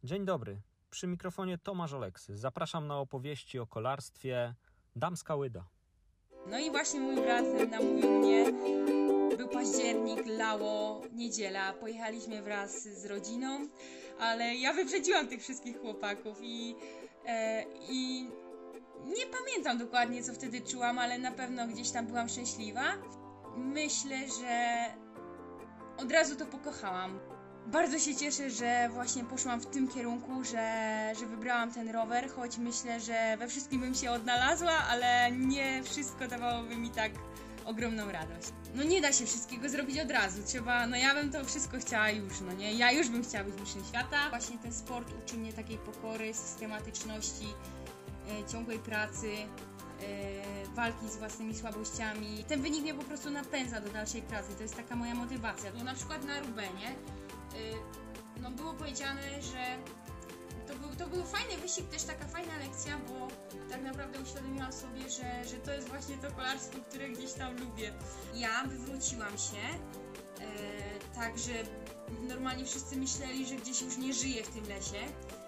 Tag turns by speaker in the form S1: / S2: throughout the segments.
S1: Dzień dobry, przy mikrofonie Tomasz Oleksy. Zapraszam na opowieści o kolarstwie Damska Łyda.
S2: No i właśnie mój brat namówił mnie. Był październik, lało, niedziela. Pojechaliśmy wraz z rodziną, ale ja wyprzedziłam tych wszystkich chłopaków i nie pamiętam dokładnie, co wtedy czułam, ale na pewno gdzieś tam byłam szczęśliwa. Myślę, że od razu to pokochałam. Bardzo się cieszę, że właśnie poszłam w tym kierunku, że wybrałam ten rower, choć myślę, że we wszystkim bym się odnalazła, ale nie wszystko dawałoby mi tak ogromną radość. No nie da się wszystkiego zrobić od razu, ja bym to wszystko chciała już, no nie? Ja już bym chciała być mistrzem świata. Właśnie ten sport uczy mnie takiej pokory, systematyczności, ciągłej pracy, walki z własnymi słabościami. Ten wynik mnie po prostu napędza do dalszej pracy, to jest taka moja motywacja. No na przykład na Rubenie no było powiedziane, że to był fajny wyścig, też taka fajna lekcja, bo tak naprawdę uświadomiłam sobie, że to jest właśnie to kolarstwo, które gdzieś tam lubię. Ja wywróciłam się, tak, że normalnie wszyscy myśleli, że gdzieś już nie żyję w tym lesie,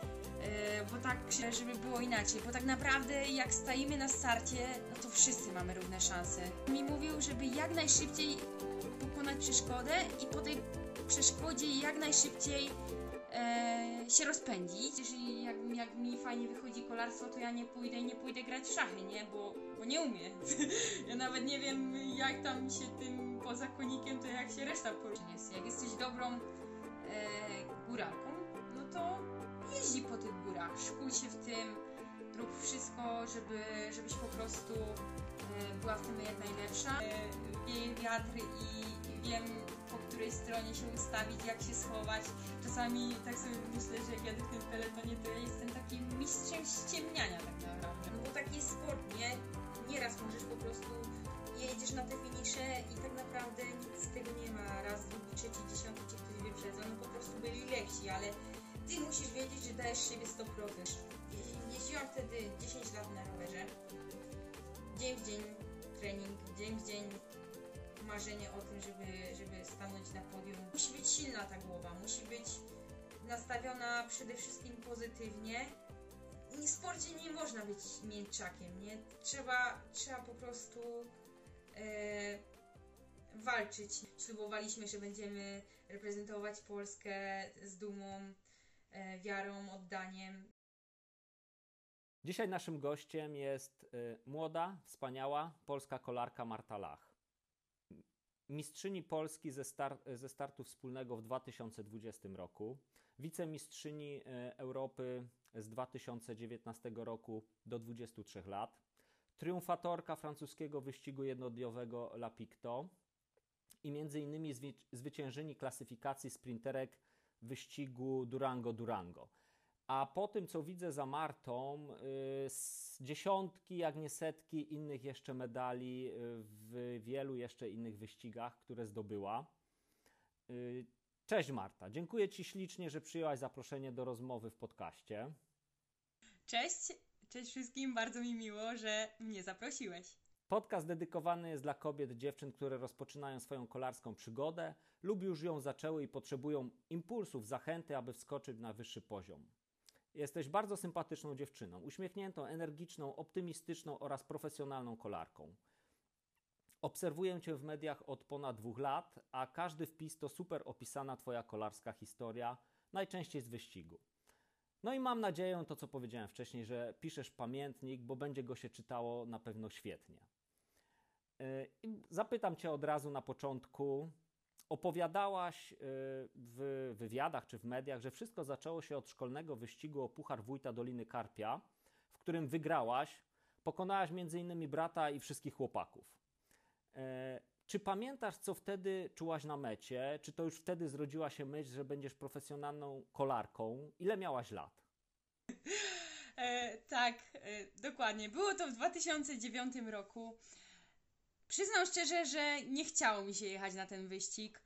S2: bo tak, żeby było inaczej, bo tak naprawdę jak stajemy na starcie, no to wszyscy mamy równe szanse. Mi mówił, żeby jak najszybciej pokonać przeszkodę i po tej przeszkodzie jak najszybciej się rozpędzić. Jeżeli jak mi fajnie wychodzi kolarstwo, to ja nie pójdę grać w szachy, nie? Bo nie umiem. Ja nawet nie wiem, jak tam się tym poza konikiem, to jak się reszta poruszy. Jak jesteś dobrą góralką, no to jeździ po tych górach, szkół się w tym, rób wszystko, żebyś po prostu była w tym jak najlepsza. Wieje wiatr i wiem, po której stronie się ustawić, jak się schować. Czasami tak sobie myślę, że jak jadę w tym peletonie, to ja jestem takim mistrzem ściemniania tak naprawdę. No bo taki jest sport, nie? Nieraz możesz po prostu jedziesz na te finisze i tak naprawdę nic z tego nie ma. Raz, drugi, trzeci, dziesiąty cię ktoś wyprzedza, no po prostu byli lepsi, ale ty musisz wiedzieć, że dajesz siebie 100%. Jeździłam wtedy 10 lat na rowerze. Dzień w dzień trening, dzień w dzień marzenie o tym, żeby stanąć na podium. Musi być silna ta głowa, musi być nastawiona przede wszystkim pozytywnie. W sporcie nie można być mięczakiem, nie? Trzeba po prostu walczyć. Ślubowaliśmy, że będziemy reprezentować Polskę z dumą, wiarą, oddaniem.
S1: Dzisiaj naszym gościem jest młoda, wspaniała polska kolarka Marta Lach. Mistrzyni Polski ze startu wspólnego w 2020 roku, wicemistrzyni Europy z 2019 roku do 23 lat, triumfatorka francuskiego wyścigu jednodniowego La Picto i m.in. zwyciężyni klasyfikacji sprinterek wyścigu Durango. A po tym, co widzę za Martą, dziesiątki, jak nie setki innych jeszcze medali w wielu jeszcze innych wyścigach, które zdobyła. Cześć Marta, dziękuję Ci ślicznie, że przyjęłaś zaproszenie do rozmowy w podcaście.
S2: Cześć wszystkim, bardzo mi miło, że mnie zaprosiłeś.
S1: Podcast dedykowany jest dla kobiet, dziewczyn, które rozpoczynają swoją kolarską przygodę lub już ją zaczęły i potrzebują impulsów, zachęty, aby wskoczyć na wyższy poziom. Jesteś bardzo sympatyczną dziewczyną, uśmiechniętą, energiczną, optymistyczną oraz profesjonalną kolarką. Obserwuję Cię w mediach od ponad 2 lat, a każdy wpis to super opisana Twoja kolarska historia, najczęściej z wyścigu. No i mam nadzieję, to co powiedziałem wcześniej, że piszesz pamiętnik, bo będzie go się czytało na pewno świetnie. Zapytam Cię od razu na początku. Opowiadałaś w wywiadach czy w mediach, że wszystko zaczęło się od szkolnego wyścigu o Puchar Wójta Doliny Karpia, w którym wygrałaś, pokonałaś m.in. brata i wszystkich chłopaków. Czy pamiętasz, co wtedy czułaś na mecie? Czy to już wtedy zrodziła się myśl, że będziesz profesjonalną kolarką? Ile miałaś lat?
S2: Tak, dokładnie. Było to w 2009 roku. Przyznam szczerze, że nie chciało mi się jechać na ten wyścig.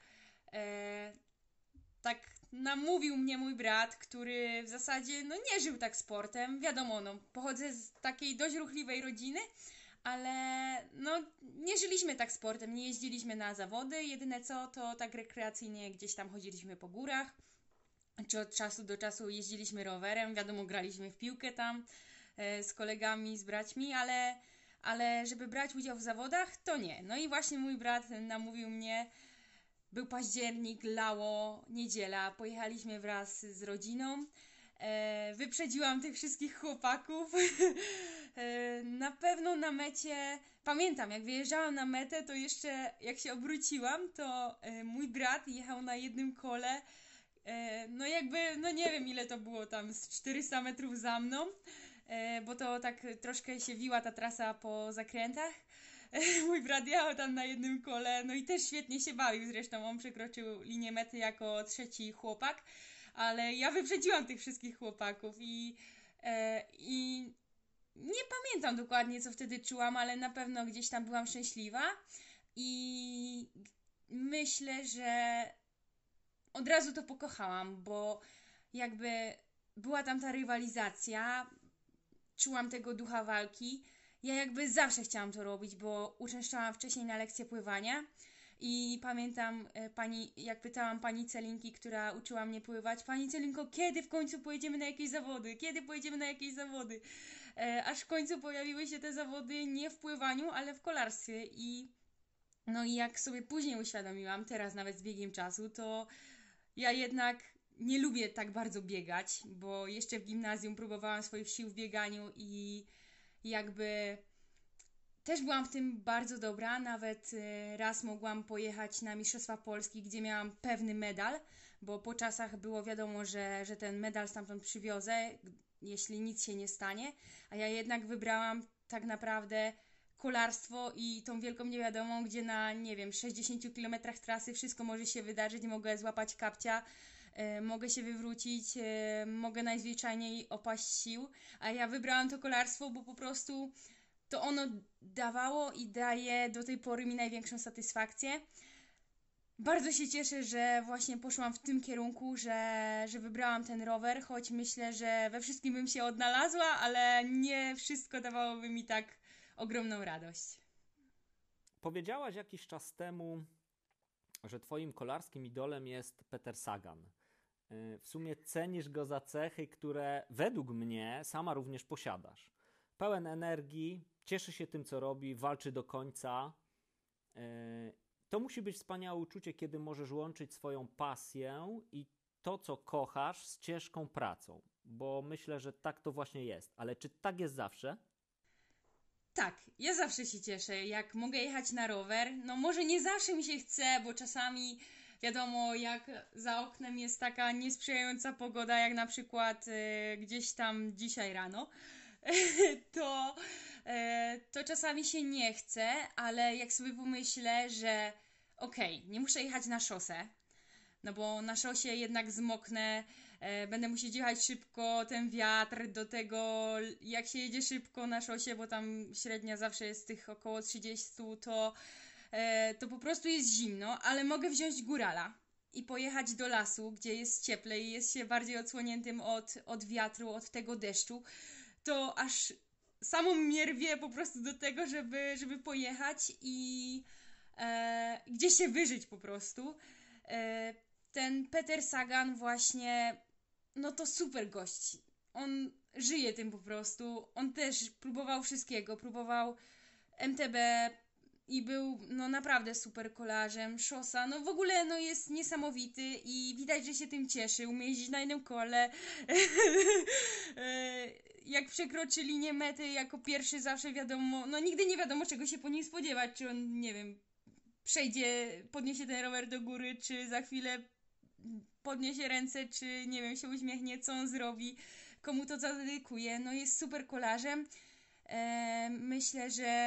S2: Tak namówił mnie mój brat, który w zasadzie nie żył tak sportem. Wiadomo, pochodzę z takiej dość ruchliwej rodziny, ale nie żyliśmy tak sportem, nie jeździliśmy na zawody. Jedyne co, to tak rekreacyjnie gdzieś tam chodziliśmy po górach. czy od czasu do czasu jeździliśmy rowerem, wiadomo, graliśmy w piłkę tam z kolegami, z braćmi, ale żeby brać udział w zawodach, to nie. No i właśnie mój brat namówił mnie, był październik, lało, niedziela, pojechaliśmy wraz z rodziną. Wyprzedziłam tych wszystkich chłopaków. Na pewno na mecie, pamiętam, jak wyjeżdżałam na metę, to jeszcze jak się obróciłam, to mój brat jechał na jednym kole. No jakby, no nie wiem ile to było tam, z 400 metrów za mną, bo to tak troszkę się wiła ta trasa po zakrętach. Mój brat jechał tam na jednym kole, no i też świetnie się bawił, zresztą on przekroczył linię mety jako trzeci chłopak, ale ja wyprzedziłam tych wszystkich chłopaków i nie pamiętam dokładnie, co wtedy czułam, ale na pewno gdzieś tam byłam szczęśliwa i myślę, że od razu to pokochałam, bo jakby była tam ta rywalizacja, czułam tego ducha walki. Ja jakby zawsze chciałam to robić, bo uczęszczałam wcześniej na lekcję pływania i pamiętam jak pytałam pani Celinki, która uczyła mnie pływać: Pani Celinko, kiedy w końcu pojedziemy na jakieś zawody? Kiedy pojedziemy na jakieś zawody? Aż w końcu pojawiły się te zawody nie w pływaniu, ale w kolarstwie no i jak sobie później uświadomiłam, teraz nawet z biegiem czasu, to ja jednak nie lubię tak bardzo biegać, bo jeszcze w gimnazjum próbowałam swoich sił w bieganiu i jakby też byłam w tym bardzo dobra, nawet raz mogłam pojechać na Mistrzostwa Polski, gdzie miałam pewny medal, bo po czasach było wiadomo, że ten medal stamtąd przywiozę, jeśli nic się nie stanie, a ja jednak wybrałam tak naprawdę kolarstwo i tą wielką niewiadomą, gdzie na, nie wiem, 60 km trasy wszystko może się wydarzyć, mogę złapać kapcia, mogę się wywrócić, mogę najzwyczajniej opaść sił, a ja wybrałam to kolarstwo, bo po prostu to ono dawało i daje do tej pory mi największą satysfakcję. Bardzo się cieszę, że właśnie poszłam w tym kierunku, że wybrałam ten rower, choć myślę, że we wszystkim bym się odnalazła, ale nie wszystko dawałoby mi tak ogromną radość.
S1: Powiedziałaś jakiś czas temu, że twoim kolarskim idolem jest Peter Sagan. W sumie cenisz go za cechy, które według mnie sama również posiadasz. Pełen energii, cieszy się tym, co robi, walczy do końca. To musi być wspaniałe uczucie, kiedy możesz łączyć swoją pasję i to, co kochasz, z ciężką pracą, bo myślę, że tak to właśnie jest. Ale czy tak jest zawsze?
S2: Tak, ja zawsze się cieszę, jak mogę jechać na rower. No może nie zawsze mi się chce, bo czasami wiadomo, jak za oknem jest taka niesprzyjająca pogoda, jak na przykład gdzieś tam dzisiaj rano, to, to czasami się nie chce, ale jak sobie pomyślę, że okej, nie muszę jechać na szosę, no bo na szosie jednak zmoknę, będę musieć jechać szybko, ten wiatr, do tego jak się jedzie szybko na szosie, bo tam średnia zawsze jest tych około 30, to po prostu jest zimno, ale mogę wziąć górala i pojechać do lasu, gdzie jest cieplej, jest się bardziej odsłoniętym od wiatru, od tego deszczu, to aż samo mnie rwie po prostu do tego, żeby pojechać i gdzieś się wyżyć po prostu. Ten Peter Sagan właśnie, no to super gość. On żyje tym po prostu. On też próbował wszystkiego. Próbował MTB i był no naprawdę super kolarzem. Szosa, no w ogóle no jest niesamowity i widać, że się tym cieszy. Umie jeździć na jednym kole. Jak przekroczy linię mety jako pierwszy, zawsze wiadomo, no nigdy nie wiadomo, czego się po nim spodziewać. Czy on, nie wiem, przejdzie, podniesie ten rower do góry, czy za chwilę podniesie ręce, czy nie wiem, się uśmiechnie, co on zrobi, komu to zadedykuje. No jest super kolarzem. Myślę,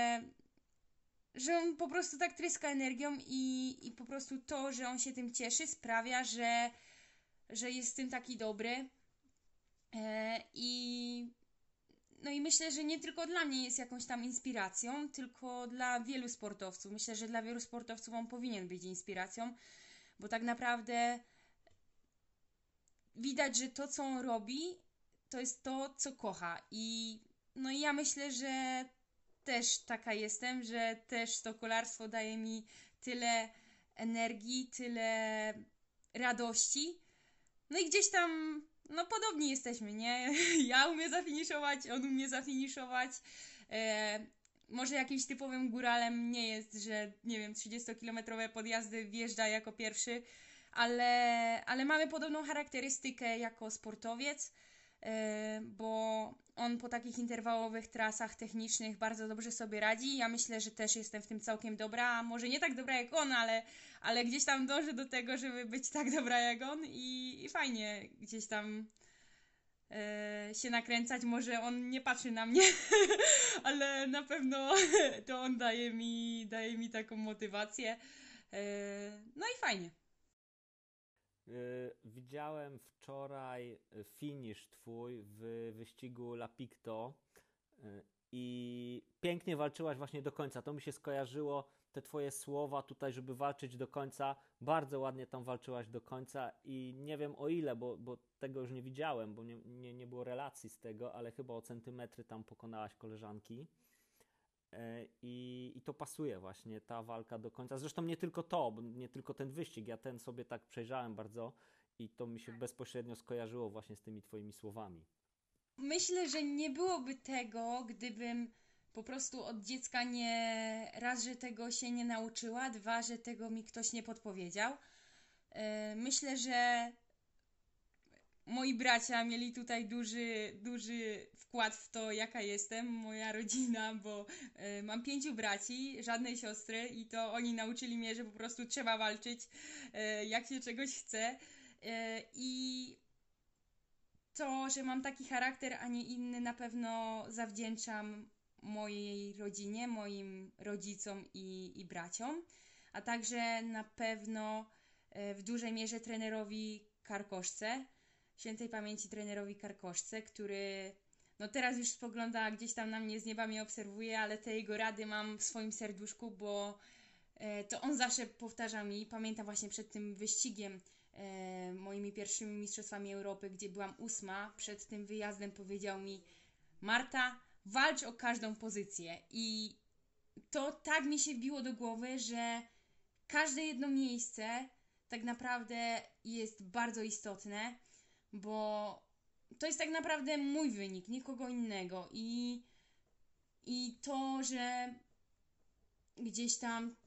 S2: że on po prostu tak tryska energią i po prostu to, że on się tym cieszy, sprawia, że jest tym taki dobry. No i myślę, że nie tylko dla mnie jest jakąś tam inspiracją, tylko dla wielu sportowców. Myślę, że dla wielu sportowców on powinien być inspiracją, bo tak naprawdę widać, że to, co on robi, to jest to, co kocha. No i ja myślę, że też taka jestem, że też to kolarstwo daje mi tyle energii, tyle radości, No i gdzieś tam, no podobni jesteśmy, nie? Ja umiem zafiniszować, on umie zafiniszować. E, Może jakimś typowym góralem nie jest, że nie wiem, 30-kilometrowe podjazdy wjeżdża jako pierwszy, ale mamy podobną charakterystykę jako sportowiec, bo on po takich interwałowych trasach technicznych bardzo dobrze sobie radzi. Ja myślę, że też jestem w tym całkiem dobra, a może nie tak dobra jak on, ale gdzieś tam dążę do tego, żeby być tak dobra jak on i fajnie gdzieś tam się nakręcać. Może on nie patrzy na mnie, ale na pewno to on daje mi taką motywację. No i fajnie.
S1: Widziałem wczoraj finisz twój w wyścigu La Picto i pięknie walczyłaś właśnie do końca. To mi się skojarzyło, te twoje słowa tutaj, żeby walczyć do końca. Bardzo ładnie tam walczyłaś do końca i nie wiem o ile, bo tego już nie widziałem, bo nie było relacji z tego, ale chyba o centymetry tam pokonałaś koleżanki. I to pasuje właśnie, ta walka do końca. Zresztą nie tylko to, nie tylko ten wyścig, ja ten sobie tak przejrzałem bardzo i to mi się bezpośrednio skojarzyło właśnie z tymi twoimi słowami.
S2: Myślę, że nie byłoby tego, gdybym po prostu od dziecka nie, raz, że tego się nie nauczyła, dwa, że tego mi ktoś nie podpowiedział. Myślę, że moi bracia mieli tutaj duży wkład w to, jaka jestem, moja rodzina, bo mam 5 braci, żadnej siostry i to oni nauczyli mnie, że po prostu trzeba walczyć, jak się czegoś chce. I to, że mam taki charakter, a nie inny, na pewno zawdzięczam mojej rodzinie, moim rodzicom i braciom, a także na pewno w dużej mierze trenerowi Karkoszce, świętej pamięci trenerowi Karkoszce, który no teraz już spogląda gdzieś tam na mnie z nieba, mnie obserwuje, ale te jego rady mam w swoim serduszku, bo to on zawsze powtarza mi, pamiętam właśnie przed tym wyścigiem, moimi pierwszymi mistrzostwami Europy, gdzie byłam 8, przed tym wyjazdem powiedział mi: Marta, walcz o każdą pozycję. I to tak mi się wbiło do głowy, że każde jedno miejsce tak naprawdę jest bardzo istotne, bo to jest tak naprawdę mój wynik, nikogo innego. I to, że gdzieś tam,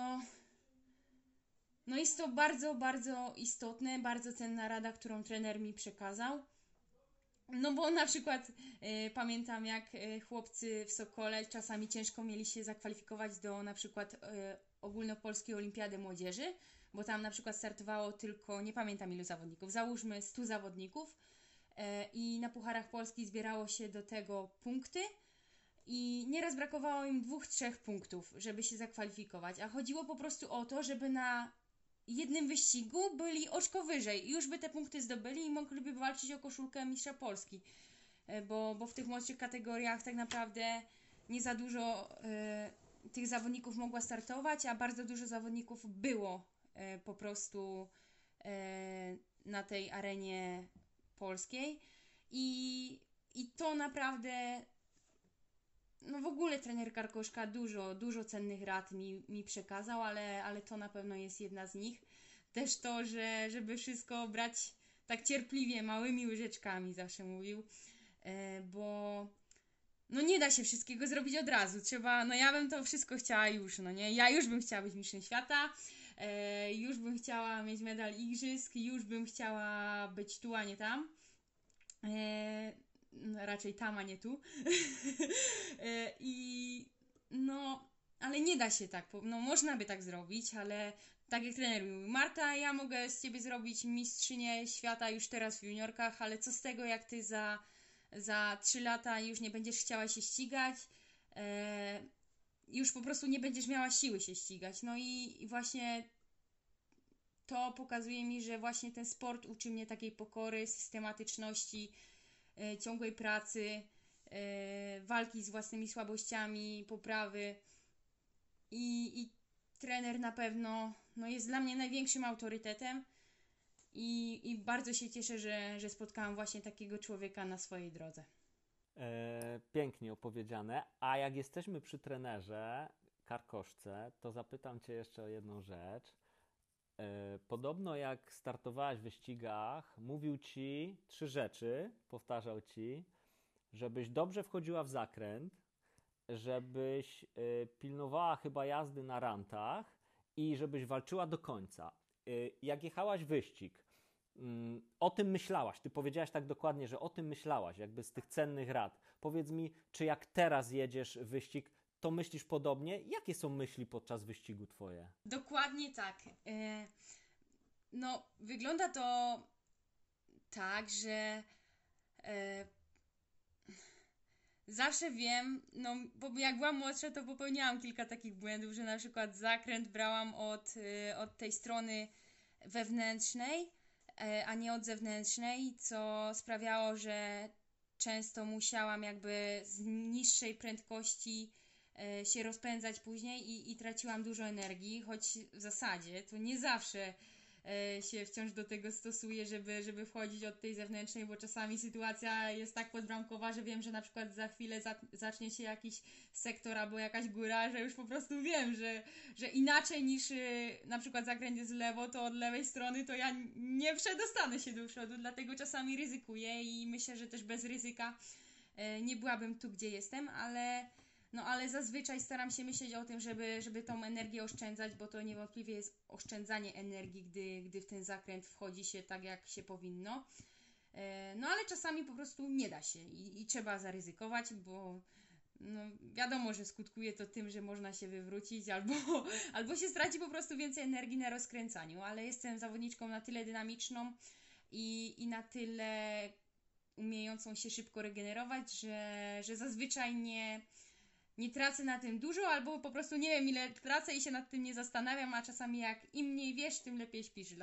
S2: no jest to bardzo, bardzo istotne, bardzo cenna rada, którą trener mi przekazał. No bo na przykład pamiętam, jak chłopcy w Sokole czasami ciężko mieli się zakwalifikować do na przykład ogólnopolskiej olimpiady młodzieży, bo tam na przykład startowało tylko, nie pamiętam ilu zawodników, załóżmy 100 zawodników, i na Pucharach Polski zbierało się do tego punkty i nieraz brakowało im 2-3 punktów, żeby się zakwalifikować, a chodziło po prostu o to, żeby na jednym wyścigu byli oczko wyżej i już by te punkty zdobyli i mogliby walczyć o koszulkę mistrza Polski, bo w tych młodszych kategoriach tak naprawdę nie za dużo tych zawodników mogła startować, a bardzo dużo zawodników było po prostu na tej arenie polskiej i to naprawdę, no w ogóle trener Karkoszka dużo cennych rad mi przekazał, ale to na pewno jest jedna z nich. Też to, żeby wszystko brać tak cierpliwie, małymi łyżeczkami, zawsze mówił, bo no nie da się wszystkiego zrobić od razu. Trzeba, no ja bym to wszystko chciała już, no nie? Ja już bym chciała być mistrzem świata, już bym chciała mieć medal igrzysk, już bym chciała być tu, a nie tam. No, raczej tam, a nie tu. I no, ale nie da się tak, no można by tak zrobić, ale tak jak trener mówił: Marta, ja mogę z ciebie zrobić mistrzynię świata już teraz w juniorkach, ale co z tego, jak ty za 3 lata już nie będziesz chciała się ścigać, już po prostu nie będziesz miała siły się ścigać. No i właśnie to pokazuje mi, że właśnie ten sport uczy mnie takiej pokory, systematyczności, ciągłej pracy, walki z własnymi słabościami, poprawy i trener na pewno no, jest dla mnie największym autorytetem i bardzo się cieszę, że spotkałam właśnie takiego człowieka na swojej drodze.
S1: Pięknie opowiedziane. A jak jesteśmy przy trenerze Karkoszce, to zapytam Cię jeszcze o jedną rzecz. Podobno jak startowałaś w wyścigach, mówił ci 3 rzeczy, powtarzał ci, żebyś dobrze wchodziła w zakręt, żebyś pilnowała chyba jazdy na rantach i żebyś walczyła do końca. Jak jechałaś wyścig, o tym myślałaś, ty powiedziałaś tak dokładnie, że o tym myślałaś, jakby z tych cennych rad. Powiedz mi, czy jak teraz jedziesz wyścig, to myślisz podobnie? Jakie są myśli podczas wyścigu twoje?
S2: Dokładnie tak. No, wygląda to tak, że e, zawsze wiem, no, bo jak byłam młodsza, to popełniałam kilka takich błędów, że na przykład zakręt brałam od tej strony wewnętrznej, a nie od zewnętrznej, co sprawiało, że często musiałam jakby z niższej prędkości się rozpędzać później i traciłam dużo energii, choć w zasadzie to nie zawsze się wciąż do tego stosuję, żeby wchodzić od tej zewnętrznej, bo czasami sytuacja jest tak podbramkowa, że wiem, że na przykład za chwilę zacznie się jakiś sektor albo jakaś góra, że już po prostu wiem, że inaczej niż na przykład zakręt jest w lewo, to od lewej strony to ja nie przedostanę się do przodu, dlatego czasami ryzykuję i myślę, że też bez ryzyka nie byłabym tu, gdzie jestem, ale zazwyczaj staram się myśleć o tym, żeby tą energię oszczędzać, bo to niewątpliwie jest oszczędzanie energii, gdy w ten zakręt wchodzi się tak, jak się powinno. No ale czasami po prostu nie da się i trzeba zaryzykować, bo no, wiadomo, że skutkuje to tym, że można się wywrócić albo się straci po prostu więcej energii na rozkręcaniu, ale jestem zawodniczką na tyle dynamiczną i na tyle umiejącą się szybko regenerować, że zazwyczaj nie tracę na tym dużo, albo po prostu nie wiem, ile tracę i się nad tym nie zastanawiam, a czasami jak im mniej wiesz, tym lepiej śpisz.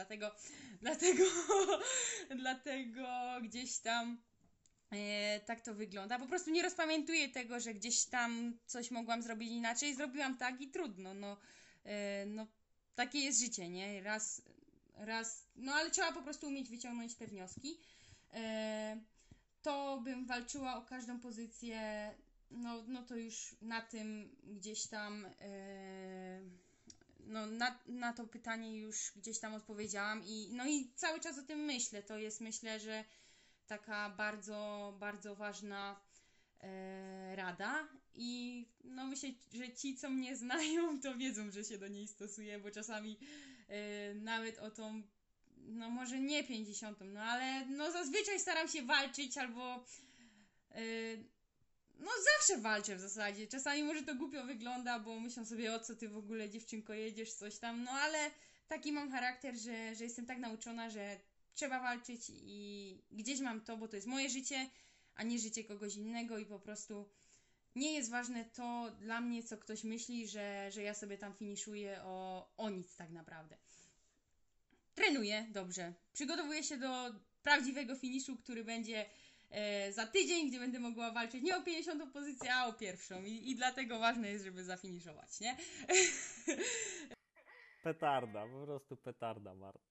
S2: Dlatego gdzieś tam tak to wygląda. Po prostu nie rozpamiętuję tego, że gdzieś tam coś mogłam zrobić inaczej. Zrobiłam tak i trudno. No takie jest życie, nie? No ale trzeba po prostu umieć wyciągnąć te wnioski. To bym walczyła o każdą pozycję. No to już na tym gdzieś tam no na to pytanie już gdzieś tam odpowiedziałam i cały czas o tym myślę. To jest, myślę, że taka bardzo, bardzo ważna rada i no myślę, że ci, co mnie znają, to wiedzą, że się do niej stosuję, bo czasami nawet o tą, no może nie 50, no ale no zazwyczaj staram się walczyć albo no zawsze walczę w zasadzie. Czasami może to głupio wygląda, bo myślą sobie, o co ty w ogóle dziewczynko jedziesz, coś tam, no ale taki mam charakter, że jestem tak nauczona, że trzeba walczyć i gdzieś mam to, bo to jest moje życie, a nie życie kogoś innego i po prostu nie jest ważne to dla mnie, co ktoś myśli, że ja sobie tam finiszuję o nic tak naprawdę. Trenuję dobrze. Przygotowuję się do prawdziwego finiszu, który będzie za tydzień, gdzie będę mogła walczyć nie o 50 pozycję, a o pierwszą. I dlatego ważne jest, żeby zafiniszować, nie?
S1: Petarda, po prostu petarda, Marta.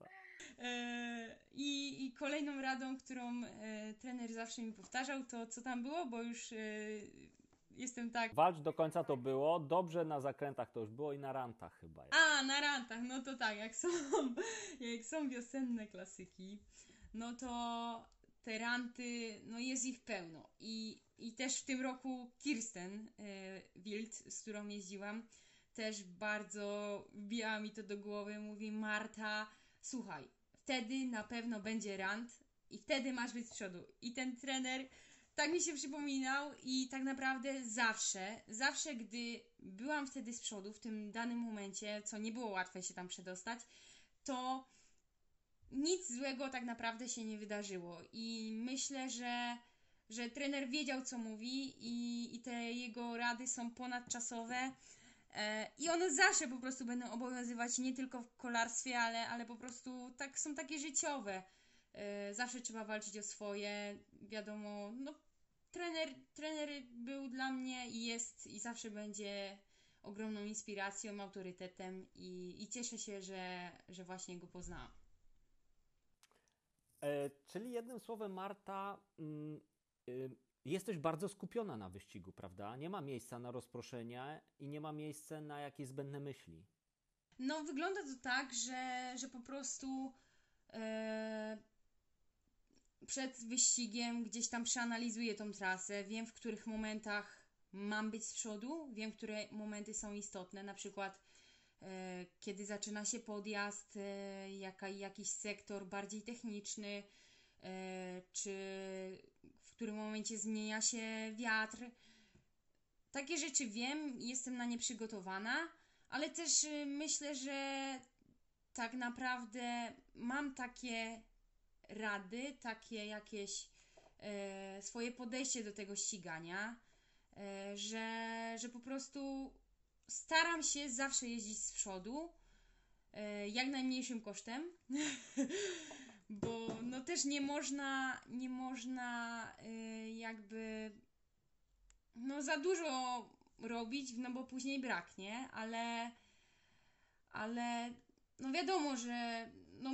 S2: I kolejną radą, którą trener zawsze mi powtarzał, to co tam było, bo już jestem tak...
S1: Walcz do końca to było, dobrze na zakrętach to już było i na rantach chyba.
S2: A, na rantach, no to tak, jak są wiosenne klasyki, no to te ranty, no jest ich pełno. I też w tym roku Kirsten Wild, z którą jeździłam, też bardzo wbijała mi to do głowy, mówi: Marta, słuchaj, wtedy na pewno będzie rant i wtedy masz być z przodu. I ten trener tak mi się przypominał i tak naprawdę zawsze gdy byłam wtedy z przodu, w tym danym momencie, co nie było łatwe się tam przedostać, to nic złego tak naprawdę się nie wydarzyło i myślę, że trener wiedział, co mówi i te jego rady są ponadczasowe i one zawsze po prostu będą obowiązywać nie tylko w kolarstwie, ale po prostu tak, są takie życiowe. Zawsze trzeba walczyć o swoje, wiadomo, no trener był dla mnie i jest i zawsze będzie ogromną inspiracją, autorytetem i cieszę się, że właśnie go poznałam.
S1: Czyli jednym słowem, Marta, jesteś bardzo skupiona na wyścigu, prawda? Nie ma miejsca na rozproszenia i nie ma miejsca na jakieś zbędne myśli.
S2: No, wygląda to tak, że po prostu przed wyścigiem gdzieś tam przeanalizuję tą trasę, wiem w których momentach mam być z przodu, wiem, które momenty są istotne, na przykład kiedy zaczyna się podjazd, jakiś sektor bardziej techniczny, czy w którym momencie zmienia się wiatr. Takie rzeczy wiem, jestem na nie przygotowana, ale też myślę, że tak naprawdę mam takie rady, takie jakieś swoje podejście do tego ścigania, że po prostu staram się zawsze jeździć z przodu, jak najmniejszym kosztem, bo no też nie można jakby no za dużo robić, no bo później braknie, ale no wiadomo, że no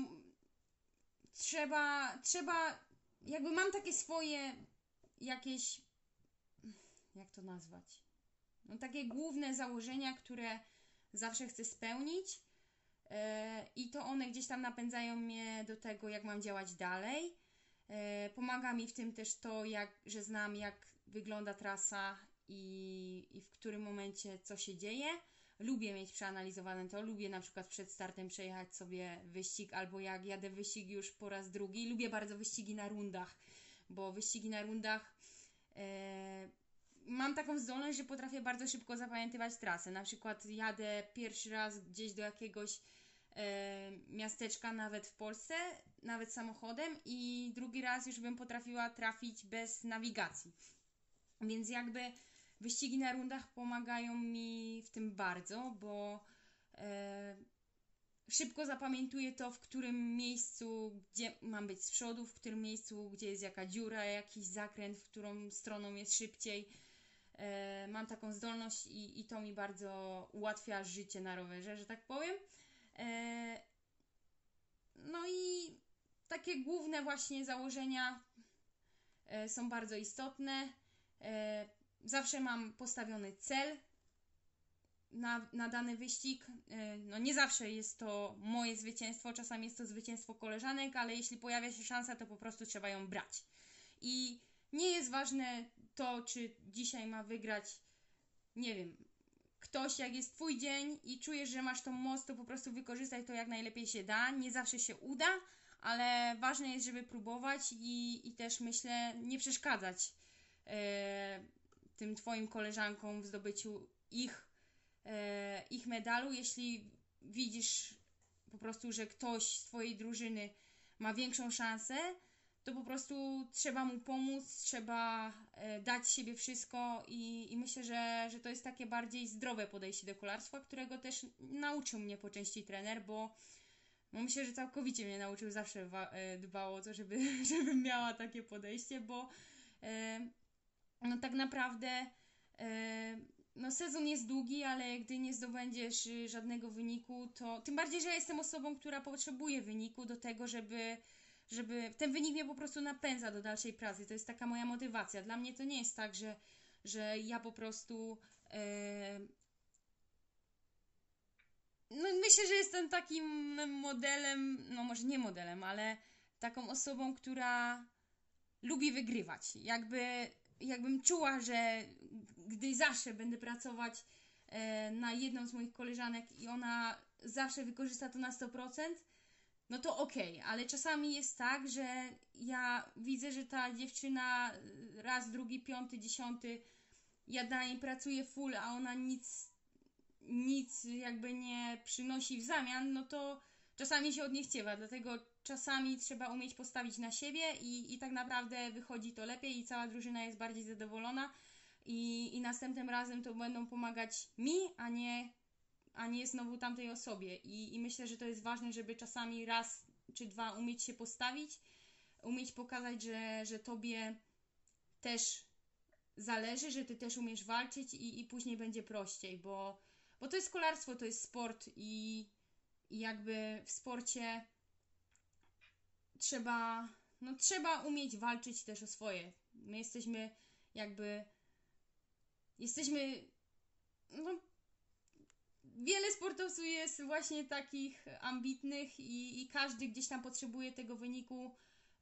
S2: trzeba jakby mam takie swoje jakieś, jak to nazwać? No takie główne założenia, które zawsze chcę spełnić i to one gdzieś tam napędzają mnie do tego, jak mam działać dalej. Pomaga mi w tym też to, że znam, jak wygląda trasa i w którym momencie co się dzieje. Lubię mieć przeanalizowane to, lubię na przykład przed startem przejechać sobie wyścig, albo jak jadę wyścig już po raz drugi. Lubię bardzo wyścigi na rundach, bo wyścigi na rundach mam taką zdolność, że potrafię bardzo szybko zapamiętywać trasę. Na przykład jadę pierwszy raz gdzieś do jakiegoś miasteczka, nawet w Polsce, nawet samochodem, i drugi raz już bym potrafiła trafić bez nawigacji. Więc jakby wyścigi na rundach pomagają mi w tym bardzo, bo szybko zapamiętuję to, w którym miejscu, gdzie mam być z przodu, w którym miejscu, gdzie jest jaka dziura, jakiś zakręt, w którą stroną jest szybciej. Mam taką zdolność i to mi bardzo ułatwia życie na rowerze, że tak powiem. No i takie główne właśnie założenia są bardzo istotne. Zawsze mam postawiony cel na dany wyścig. No nie zawsze jest to moje zwycięstwo, czasami jest to zwycięstwo koleżanek, ale jeśli pojawia się szansa, to po prostu trzeba ją brać. I nie jest ważne to, czy dzisiaj ma wygrać, nie wiem, ktoś, jak jest twój dzień i czujesz, że masz tą moc, to po prostu wykorzystaj to jak najlepiej się da. Nie zawsze się uda, ale ważne jest, żeby próbować i też myślę, nie przeszkadzać tym twoim koleżankom w zdobyciu ich medalu. Jeśli widzisz po prostu, że ktoś z twojej drużyny ma większą szansę, to po prostu trzeba mu pomóc, trzeba dać siebie wszystko i myślę, że to jest takie bardziej zdrowe podejście do kolarstwa, którego też nauczył mnie po części trener, bo myślę, że całkowicie mnie nauczył, zawsze dbał o to, żebym miała takie podejście, bo no tak naprawdę no sezon jest długi, ale gdy nie zdobędziesz żadnego wyniku, to tym bardziej, że ja jestem osobą, która potrzebuje wyniku do tego, żeby ten wynik mnie po prostu napędza do dalszej pracy. To jest taka moja motywacja. Dla mnie to nie jest tak, że ja po prostu no myślę, że jestem takim modelem, no może nie modelem, ale taką osobą, która lubi wygrywać. Jakbym czuła, że gdy zawsze będę pracować na jedną z moich koleżanek i ona zawsze wykorzysta to na 100%, no to okej, ale czasami jest tak, że ja widzę, że ta dziewczyna raz, drugi, piąty, dziesiąty, ja dla niej pracuję full, a ona nic jakby nie przynosi w zamian, no to czasami się od niej chciewa, dlatego czasami trzeba umieć postawić na siebie i tak naprawdę wychodzi to lepiej i cała drużyna jest bardziej zadowolona i następnym razem to będą pomagać mi, a nie znowu tamtej osobie. I myślę, że to jest ważne, żeby czasami raz czy dwa umieć się postawić, umieć pokazać, że tobie też zależy, że ty też umiesz walczyć i później będzie prościej, bo to jest kolarstwo, to jest sport i jakby w sporcie trzeba umieć walczyć też o swoje. My jesteśmy no wiele sportowców jest właśnie takich ambitnych i każdy gdzieś tam potrzebuje tego wyniku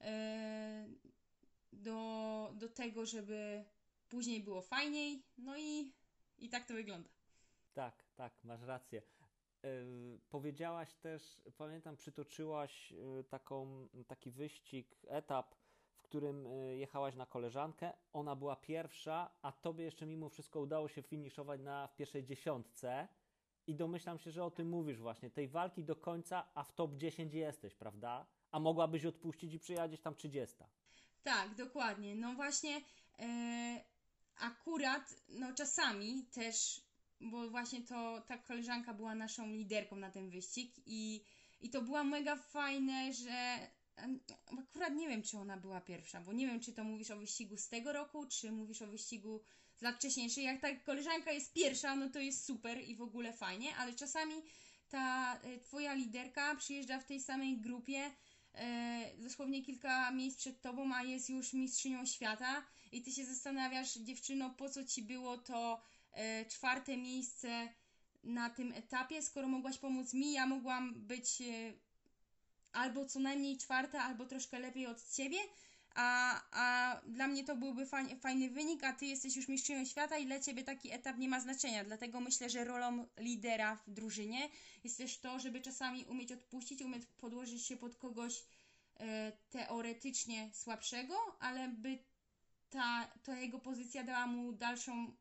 S2: do tego, żeby później było fajniej. No i tak to wygląda.
S1: Tak, tak, masz rację. Powiedziałaś też, pamiętam, przytoczyłaś taki wyścig, etap, w którym jechałaś na koleżankę. Ona była pierwsza, a tobie jeszcze mimo wszystko udało się finiszować w pierwszej dziesiątce. I domyślam się, że o tym mówisz właśnie, tej walki do końca, a w top 10 jesteś, prawda? A mogłabyś odpuścić i przyjechać gdzieś tam 30.
S2: Tak, dokładnie. No właśnie, akurat, no czasami też, bo właśnie ta koleżanka była naszą liderką na ten wyścig i to było mega fajne, że akurat nie wiem, czy ona była pierwsza, bo nie wiem, czy to mówisz o wyścigu z tego roku, czy mówisz o wyścigu z lat wcześniejszych. Jak ta koleżanka jest pierwsza, no to jest super i w ogóle fajnie, ale czasami ta twoja liderka przyjeżdża w tej samej grupie, dosłownie kilka miejsc przed tobą, a jest już mistrzynią świata i ty się zastanawiasz, dziewczyno, po co ci było to 4. miejsce na tym etapie, skoro mogłaś pomóc mi, ja mogłam być albo co najmniej 4, albo troszkę lepiej od ciebie, a dla mnie to byłby fajny wynik, a ty jesteś już mistrzynią świata i dla ciebie taki etap nie ma znaczenia. Dlatego myślę, że rolą lidera w drużynie jest też to, żeby czasami umieć odpuścić, umieć podłożyć się pod kogoś teoretycznie słabszego, ale by ta jego pozycja dała mu dalszą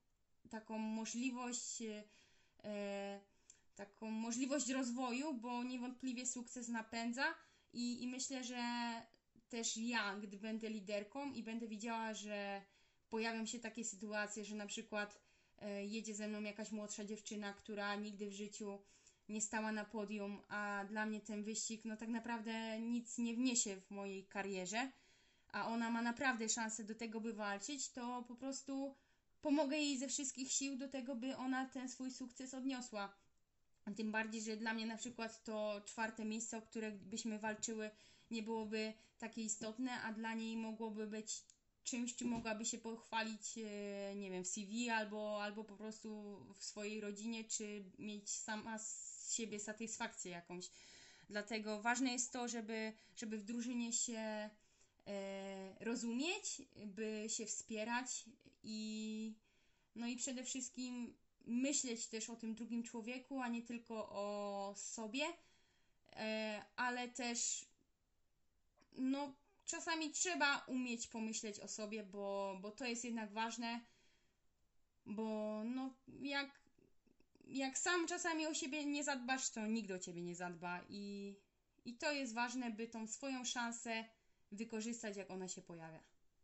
S2: taką możliwość rozwoju, bo niewątpliwie sukces napędza i myślę, że też ja, gdy będę liderką i będę widziała, że pojawią się takie sytuacje, że na przykład jedzie ze mną jakaś młodsza dziewczyna, która nigdy w życiu nie stała na podium, a dla mnie ten wyścig no tak naprawdę nic nie wniesie w mojej karierze, a ona ma naprawdę szansę do tego, by walczyć, to po prostu pomogę jej ze wszystkich sił do tego, by ona ten swój sukces odniosła. Tym bardziej, że dla mnie na przykład to 4. miejsce, o które byśmy walczyły, nie byłoby takie istotne, a dla niej mogłoby być czymś, czym mogłaby się pochwalić, nie wiem, w CV albo po prostu w swojej rodzinie, czy mieć sama z siebie satysfakcję jakąś. Dlatego ważne jest to, żeby w drużynie się rozumieć, by się wspierać no i przede wszystkim myśleć też o tym drugim człowieku, a nie tylko o sobie, ale też no czasami trzeba umieć pomyśleć o sobie, bo to jest jednak ważne, bo no jak sam czasami o siebie nie zadbasz, to nikt o ciebie nie zadba i to jest ważne, by tą swoją szansę wykorzystać, jak ona się pojawia.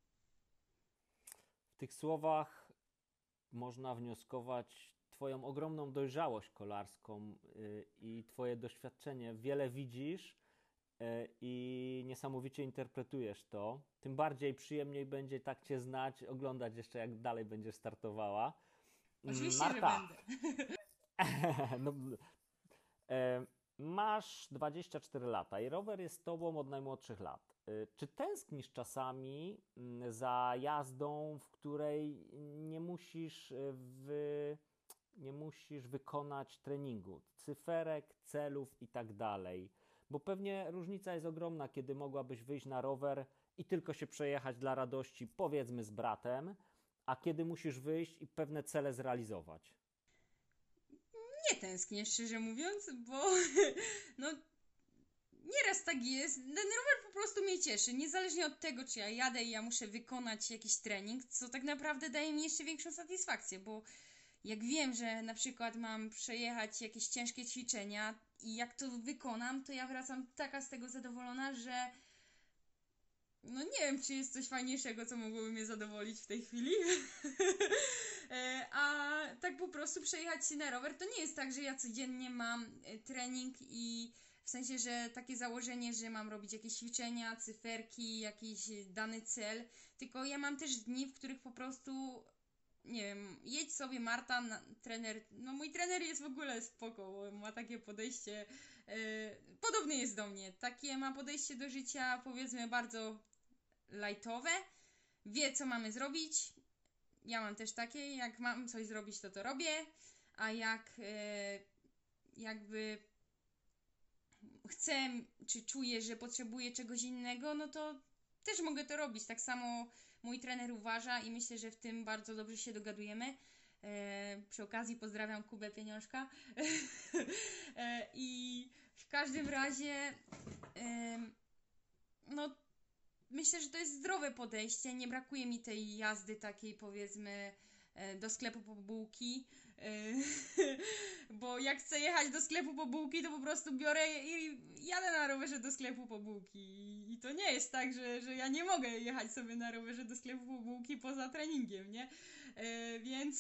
S1: W tych słowach można wnioskować twoją ogromną dojrzałość kolarską i twoje doświadczenie. Wiele widzisz i niesamowicie interpretujesz to. Tym bardziej przyjemniej będzie tak cię znać, oglądać jeszcze, jak dalej będziesz startowała.
S2: Oczywiście,
S1: Marta,
S2: że będę.
S1: no, masz 24 lata i rower jest z tobą od najmłodszych lat. Czy tęsknisz czasami za jazdą, w której nie musisz wykonać treningu, cyferek, celów i tak dalej? Bo pewnie różnica jest ogromna, kiedy mogłabyś wyjść na rower i tylko się przejechać dla radości, powiedzmy z bratem, a kiedy musisz wyjść i pewne cele zrealizować.
S2: Nie tęsknię, szczerze mówiąc, bo no nieraz tak jest. Ten rower po prostu mnie cieszy, niezależnie od tego, czy ja jadę i ja muszę wykonać jakiś trening, co tak naprawdę daje mi jeszcze większą satysfakcję, bo jak wiem, że na przykład mam przejechać jakieś ciężkie ćwiczenia i jak to wykonam, to ja wracam taka z tego zadowolona, że no nie wiem, czy jest coś fajniejszego, co mogłoby mnie zadowolić w tej chwili. A tak po prostu przejechać się na rower, to nie jest tak, że ja codziennie mam trening i w sensie, że takie założenie, że mam robić jakieś ćwiczenia, cyferki, jakiś dany cel, tylko ja mam też dni, w których po prostu nie wiem, jedź sobie Marta, mój trener jest w ogóle spoko, bo ma takie podejście, podobny jest do mnie, takie ma podejście do życia, powiedzmy, bardzo lightowe, wie co mamy zrobić, ja mam też takie, jak mam coś zrobić, to robię, a jak jakby chcę, czy czuję, że potrzebuję czegoś innego, no to też mogę to robić. Tak samo mój trener uważa i myślę, że w tym bardzo dobrze się dogadujemy. Przy okazji pozdrawiam Kubę Pieniążka. I w każdym razie no myślę, że to jest zdrowe podejście. Nie brakuje mi tej jazdy takiej, powiedzmy, do sklepu po bułki. Bo jak chcę jechać do sklepu po bułki, to po prostu biorę i jadę na rowerze do sklepu po bułki. I to nie jest tak, że ja nie mogę jechać sobie na rowerze do sklepu po bułki poza treningiem, nie? Więc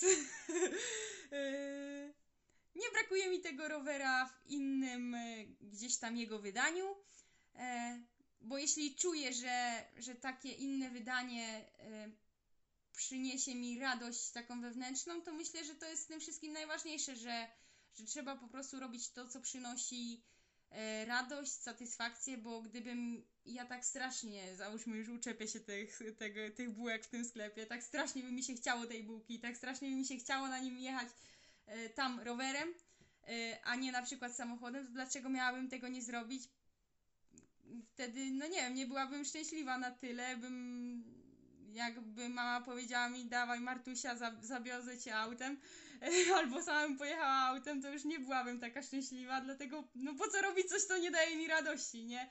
S2: nie brakuje mi tego rowera w innym gdzieś tam jego wydaniu. Bo jeśli czuję, że takie inne wydanie przyniesie mi radość taką wewnętrzną, to myślę, że to jest w tym wszystkim najważniejsze, że trzeba po prostu robić to, co przynosi radość, satysfakcję, bo gdybym ja tak strasznie, załóżmy już uczepię się tych bułek w tym sklepie, tak strasznie by mi się chciało tej bułki, tak strasznie by mi się chciało na nim jechać tam rowerem, a nie na przykład samochodem, to dlaczego miałabym tego nie zrobić? Wtedy, no nie wiem, nie byłabym szczęśliwa na tyle, jakby mama powiedziała mi, dawaj Martusia, zawiozę cię autem, albo sama bym pojechała autem, to już nie byłabym taka szczęśliwa, dlatego, no po co robić coś, co nie daje mi radości, nie?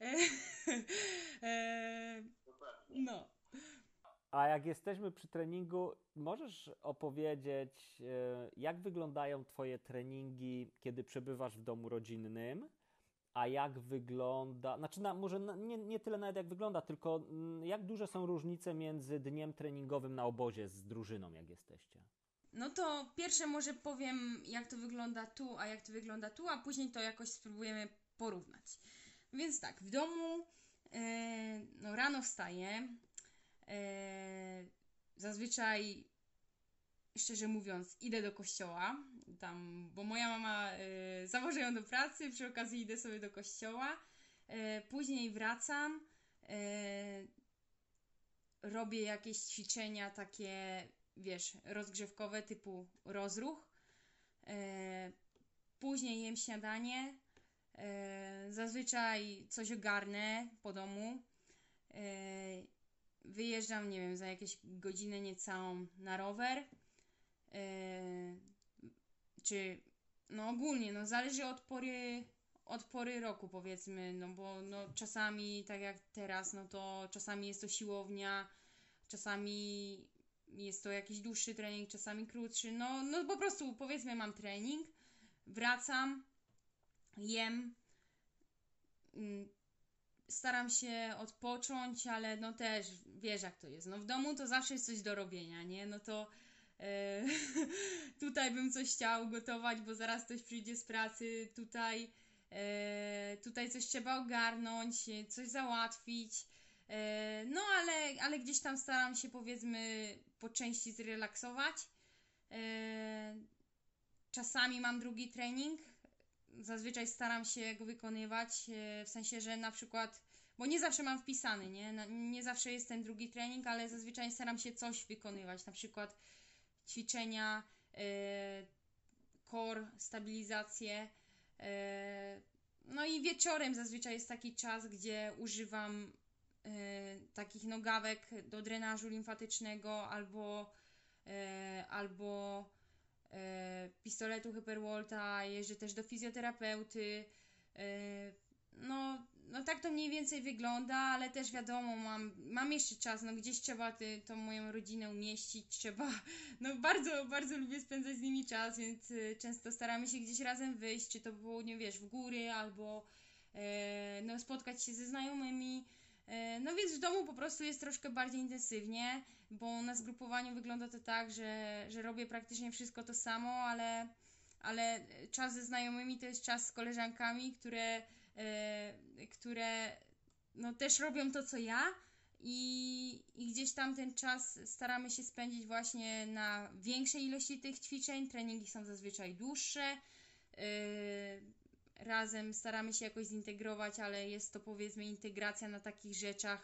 S2: No.
S1: A jak jesteśmy przy treningu, możesz opowiedzieć, jak wyglądają twoje treningi, kiedy przebywasz w domu rodzinnym? A jak wygląda, znaczy może nie tyle nawet jak wygląda, tylko jak duże są różnice między dniem treningowym na obozie z drużyną, jak jesteście?
S2: No to pierwsze może powiem, jak to wygląda tu, a jak to wygląda tu, a później to jakoś spróbujemy porównać. Więc tak, w domu no rano wstaję, zazwyczaj, szczerze mówiąc, idę do kościoła, tam, bo moja mama zawoży ją do pracy, przy okazji idę sobie do kościoła, później wracam, robię jakieś ćwiczenia takie, wiesz, rozgrzewkowe typu rozruch, później jem śniadanie, zazwyczaj coś ogarnę po domu, wyjeżdżam, nie wiem, za jakieś godzinę niecałą na rower, czy no ogólnie, no zależy od pory roku, powiedzmy, no bo no czasami, tak jak teraz, no to czasami jest to siłownia, czasami jest to jakiś dłuższy trening, czasami krótszy, no po prostu powiedzmy mam trening, wracam, jem, staram się odpocząć, ale no też wiesz jak to jest, no w domu to zawsze jest coś do robienia, nie, no to tutaj bym coś chciał gotować, bo zaraz ktoś przyjdzie z pracy, tutaj coś trzeba ogarnąć, coś załatwić, no ale gdzieś tam staram się powiedzmy po części zrelaksować. Czasami mam drugi trening, zazwyczaj staram się go wykonywać, w sensie, że na przykład, bo nie zawsze mam wpisany, nie zawsze jest ten drugi trening, ale zazwyczaj staram się coś wykonywać, na przykład ćwiczenia, core, stabilizację, no i wieczorem zazwyczaj jest taki czas, gdzie używam takich nogawek do drenażu limfatycznego albo pistoletu Hypervolta, jeżdżę też do fizjoterapeuty, no tak to mniej więcej wygląda, ale też wiadomo, mam jeszcze czas, no gdzieś trzeba tą moją rodzinę umieścić, trzeba, no bardzo, bardzo lubię spędzać z nimi czas, więc często staramy się gdzieś razem wyjść, czy to po południu, wiesz, w góry, albo no spotkać się ze znajomymi, no więc w domu po prostu jest troszkę bardziej intensywnie, bo na zgrupowaniu wygląda to tak, że robię praktycznie wszystko to samo, ale czas ze znajomymi to jest czas z koleżankami, które no też robią to, co ja i gdzieś tam ten czas staramy się spędzić właśnie na większej ilości tych ćwiczeń, treningi są zazwyczaj dłuższe, razem staramy się jakoś zintegrować, ale jest to powiedzmy integracja na takich rzeczach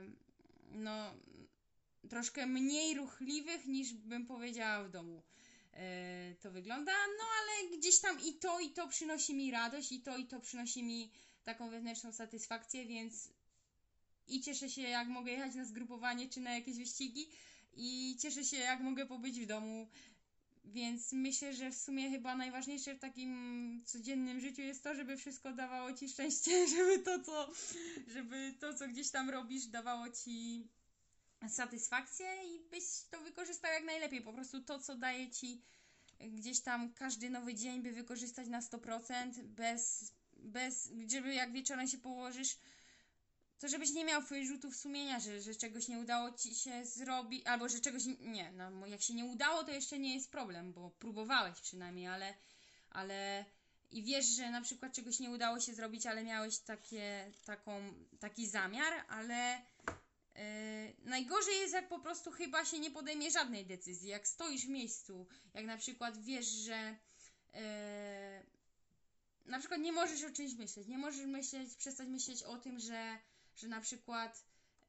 S2: no troszkę mniej ruchliwych niż bym powiedziała w domu. to wygląda, no ale gdzieś tam i to przynosi mi radość, i to przynosi mi taką wewnętrzną satysfakcję, więc i cieszę się, jak mogę jechać na zgrupowanie czy na jakieś wyścigi, i cieszę się, jak mogę pobyć w domu. Więc myślę, że w sumie chyba najważniejsze w takim codziennym życiu jest to, żeby wszystko dawało ci szczęście, żeby to, co gdzieś tam robisz, dawało ci satysfakcję i byś to wykorzystał jak najlepiej. Po prostu to, co daje ci gdzieś tam każdy nowy dzień, by wykorzystać na 100%, żeby jak wieczorem się położysz, to żebyś nie miał wyrzutów sumienia, że czegoś nie udało ci się zrobić, albo że czegoś nie, no jak się nie udało, to jeszcze nie jest problem, bo próbowałeś przynajmniej, ale i wiesz, że na przykład czegoś nie udało się zrobić, ale miałeś taki zamiar, ale najgorzej jest, jak po prostu chyba się nie podejmie żadnej decyzji, jak stoisz w miejscu, jak na przykład wiesz, że na przykład nie możesz o czymś myśleć, nie możesz przestać myśleć o tym, że na przykład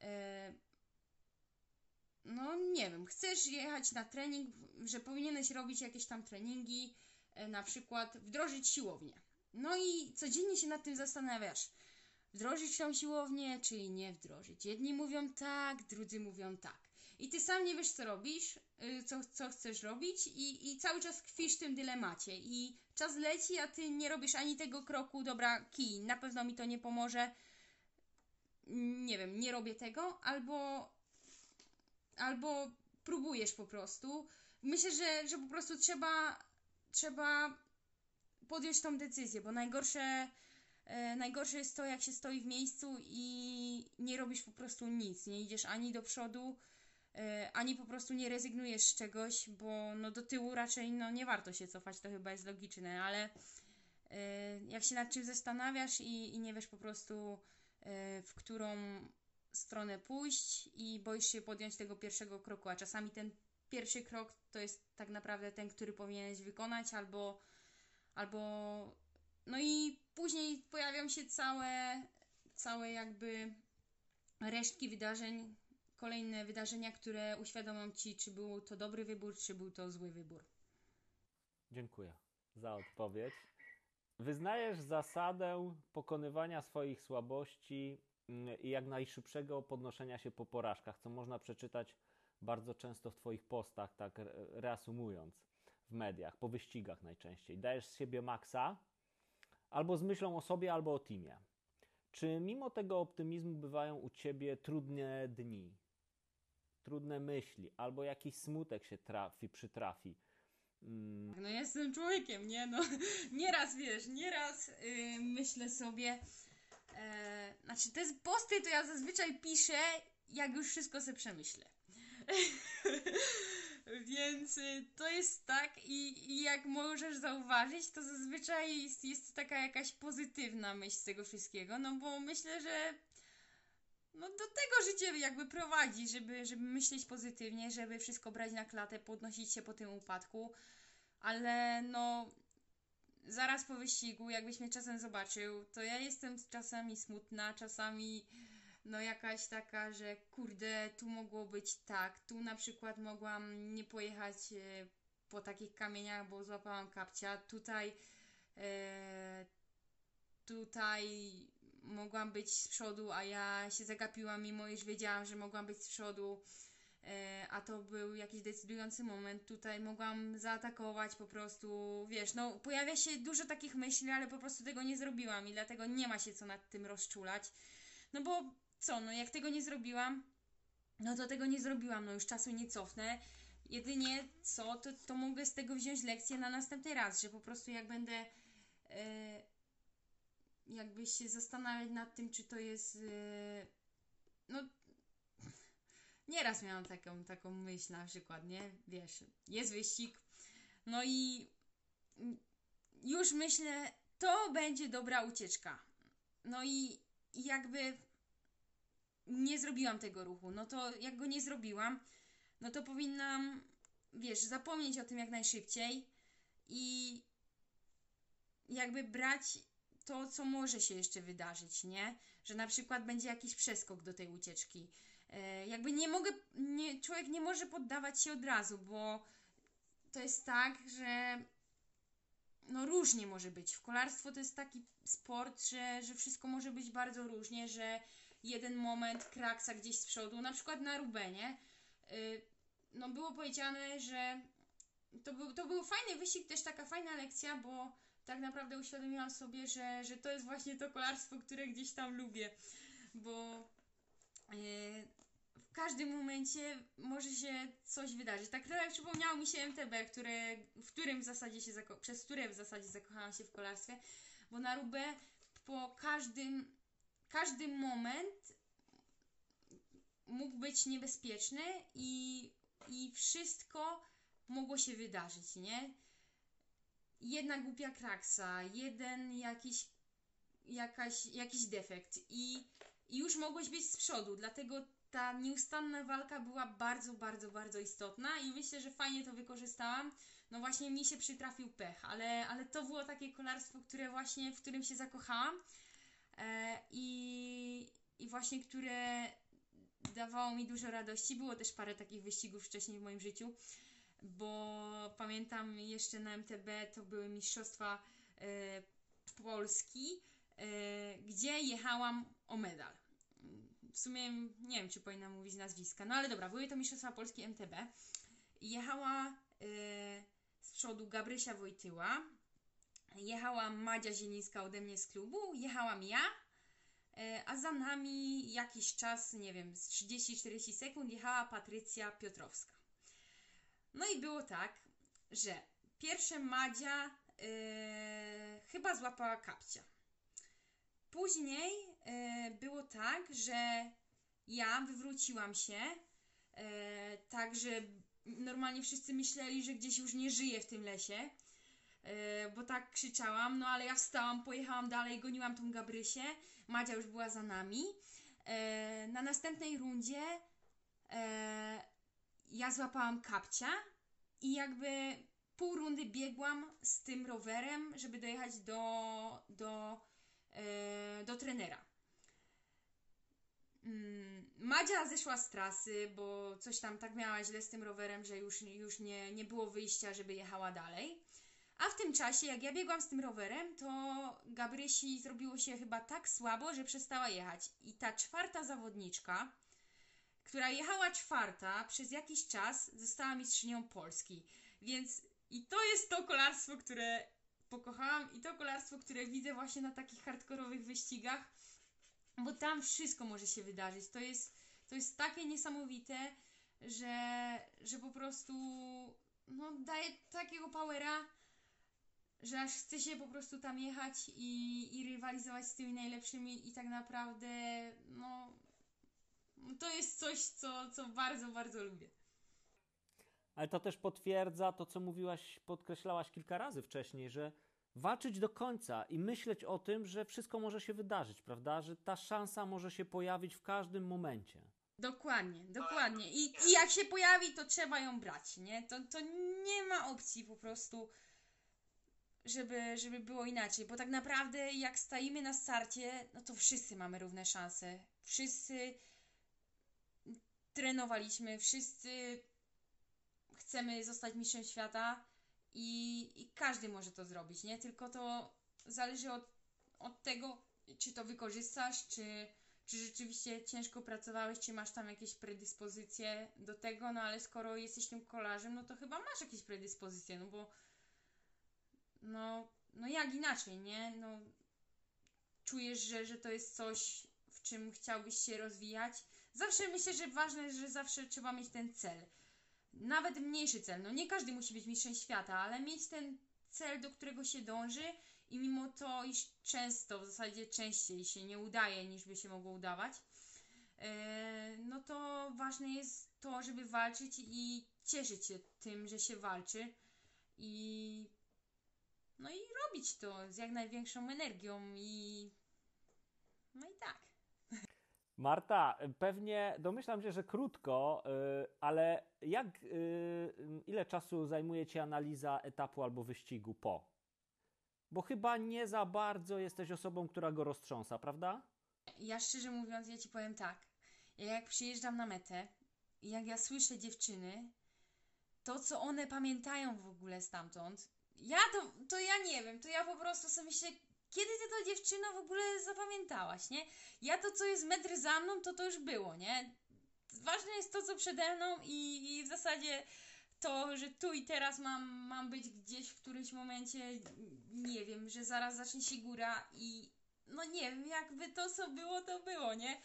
S2: no nie wiem, chcesz jechać na trening, że powinieneś robić jakieś tam treningi, na przykład wdrożyć siłownię. No i codziennie się nad tym zastanawiasz, wdrożyć tą siłownię, czy nie wdrożyć. Jedni mówią tak, drudzy mówią tak. I ty sam nie wiesz, co robisz, co chcesz robić i cały czas tkwisz w tym dylemacie. I czas leci, a ty nie robisz ani tego kroku, dobra, na pewno mi to nie pomoże, nie wiem, nie robię tego, albo próbujesz po prostu. Myślę, że po prostu trzeba podjąć tą decyzję, bo najgorsze jest to, jak się stoi w miejscu i nie robisz po prostu nic, nie idziesz ani do przodu, ani po prostu nie rezygnujesz z czegoś, bo no do tyłu raczej no nie warto się cofać, to chyba jest logiczne, ale jak się nad czymś zastanawiasz i nie wiesz po prostu w którą stronę pójść i boisz się podjąć tego pierwszego kroku, a czasami ten pierwszy krok to jest tak naprawdę ten, który powinieneś wykonać, albo no i później pojawią się całe jakby resztki wydarzeń, kolejne wydarzenia, które uświadomią ci, czy był to dobry wybór, czy był to zły wybór.
S1: Dziękuję za odpowiedź. Wyznajesz zasadę pokonywania swoich słabości i jak najszybszego podnoszenia się po porażkach, co można przeczytać bardzo często w twoich postach, tak reasumując, w mediach, po wyścigach najczęściej. Dajesz z siebie maksa, albo z myślą o sobie, albo o teamie. Czy mimo tego optymizmu bywają u ciebie trudne dni, trudne myśli, albo jakiś smutek się przytrafi?
S2: No ja jestem człowiekiem, nie? No nieraz myślę sobie, znaczy te posty to ja zazwyczaj piszę, jak już wszystko sobie przemyślę. Więc to jest tak i jak możesz zauważyć, to zazwyczaj jest taka jakaś pozytywna myśl z tego wszystkiego, no bo myślę, że no do tego życie jakby prowadzi, żeby myśleć pozytywnie, żeby wszystko brać na klatę, podnosić się po tym upadku, ale no zaraz po wyścigu, jakbyś mnie czasem zobaczył, to ja jestem czasami smutna, czasami no jakaś taka, że kurde, tu mogło być tak, tu na przykład mogłam nie pojechać po takich kamieniach, bo złapałam kapcia, tutaj mogłam być z przodu, a ja się zagapiłam, mimo iż wiedziałam, że mogłam być z przodu, a to był jakiś decydujący moment, tutaj mogłam zaatakować po prostu, wiesz, no pojawia się dużo takich myśli, ale po prostu tego nie zrobiłam i dlatego nie ma się co nad tym rozczulać, no bo co, no jak tego nie zrobiłam, no to tego nie zrobiłam, no już czasu nie cofnę, jedynie co, to mogę z tego wziąć lekcję na następny raz, że po prostu jak będę jakby się zastanawiać nad tym, czy to jest no nieraz miałam taką myśl na przykład, nie? Wiesz, jest wyścig, no i już myślę, to będzie dobra ucieczka. No i jakby nie zrobiłam tego ruchu, no to jak go nie zrobiłam, no to powinnam, wiesz, zapomnieć o tym jak najszybciej i jakby brać to, co może się jeszcze wydarzyć, nie? Że na przykład będzie jakiś przeskok do tej ucieczki. Jakby człowiek nie może poddawać się od razu, bo to jest tak, że no różnie może być. W kolarstwo to jest taki sport, że wszystko może być bardzo różnie, że jeden moment kraksa gdzieś z przodu, na przykład na Rubenie, no było powiedziane, że to był fajny wyścig, też taka fajna lekcja, bo tak naprawdę uświadomiłam sobie, że to jest właśnie to kolarstwo, które gdzieś tam lubię, bo w każdym momencie może się coś wydarzyć. Tak trochę przypomniało mi się MTB, przez które w zasadzie zakochałam się w kolarstwie, bo na Roubaix po każdy moment mógł być niebezpieczny i wszystko mogło się wydarzyć, nie? Jedna głupia kraksa, jeden jakiś defekt i już mogłeś być z przodu, dlatego ta nieustanna walka była bardzo, bardzo, bardzo istotna i myślę, że fajnie to wykorzystałam. No właśnie mi się przytrafił pech, ale to było takie kolarstwo, w którym się zakochałam i właśnie które dawało mi dużo radości. Było też parę takich wyścigów wcześniej w moim życiu, bo pamiętam jeszcze na MTB to były mistrzostwa Polski, gdzie jechałam o medal. W sumie nie wiem, czy powinnam mówić nazwiska, no ale dobra, były to mistrzostwa Polski MTB. Jechała z przodu Gabrysia Wojtyła, jechała Madzia Zielińska ode mnie z klubu, jechałam ja, a za nami jakiś czas, nie wiem, z 30-40 sekund jechała Patrycja Piotrowska. No i było tak, że pierwsze Madzia chyba złapała kapcia. Później było tak, że ja wywróciłam się, tak, że normalnie wszyscy myśleli, że gdzieś już nie żyję w tym lesie, bo tak krzyczałam, no ale ja wstałam, pojechałam dalej, goniłam tą Gabrysię, Madzia już była za nami. Na następnej rundzie ja złapałam kapcia i jakby pół rundy biegłam z tym rowerem, żeby dojechać do trenera. Madzia zeszła z trasy, bo coś tam tak miała źle z tym rowerem, że już nie było wyjścia, żeby jechała dalej. A w tym czasie, jak ja biegłam z tym rowerem, to Gabrysi zrobiło się chyba tak słabo, że przestała jechać. I ta czwarta zawodniczka, która jechała czwarta, przez jakiś czas została mistrzynią Polski. Więc i to jest to kolarstwo, które pokochałam i to kolarstwo, które widzę właśnie na takich hardkorowych wyścigach, bo tam wszystko może się wydarzyć. To jest takie niesamowite, że po prostu no, daje takiego powera, że aż chce się po prostu tam jechać i rywalizować z tymi najlepszymi i tak naprawdę no to jest coś, co bardzo, bardzo lubię.
S1: Ale to też potwierdza to, co mówiłaś, podkreślałaś kilka razy wcześniej, że walczyć do końca i myśleć o tym, że wszystko może się wydarzyć, prawda? Że ta szansa może się pojawić w każdym momencie.
S2: Dokładnie, dokładnie. I jak się pojawi, to trzeba ją brać, nie? To nie ma opcji po prostu, żeby było inaczej, bo tak naprawdę jak stoimy na starcie, no to wszyscy mamy równe szanse. Wszyscy trenowaliśmy, wszyscy chcemy zostać mistrzem świata i każdy może to zrobić, nie? Tylko to zależy od tego, czy to wykorzystasz, czy rzeczywiście ciężko pracowałeś, czy masz tam jakieś predyspozycje do tego, no ale skoro jesteś tym kolarzem, no to chyba masz jakieś predyspozycje, no bo no jak inaczej, nie? No czujesz, że to jest coś, w czym chciałbyś się rozwijać. Zawsze myślę, że ważne jest, że zawsze trzeba mieć ten cel. Nawet mniejszy cel. No nie każdy musi być mistrzem świata, ale mieć ten cel, do którego się dąży i mimo to, iż często, w zasadzie częściej się nie udaje, niż by się mogło udawać, no to ważne jest to, żeby walczyć i cieszyć się tym, że się walczy i robić to z jak największą energią no i tak.
S1: Marta, pewnie domyślam się, że krótko, ale ile czasu zajmuje Ci analiza etapu albo wyścigu po? Bo chyba nie za bardzo jesteś osobą, która go roztrząsa, prawda?
S2: Ja szczerze mówiąc, ja Ci powiem tak. Ja jak przyjeżdżam na metę i jak ja słyszę dziewczyny, to, co one pamiętają w ogóle stamtąd, to ja nie wiem, to ja po prostu sobie myślę, kiedy ty to dziewczyno w ogóle zapamiętałaś, nie? Ja to, co jest metr za mną, to już było, nie? Ważne jest to, co przede mną i w zasadzie to, że tu i teraz mam być gdzieś w którymś momencie, nie wiem, że zaraz zacznie się góra i no nie wiem, jakby to, co było, to było, nie?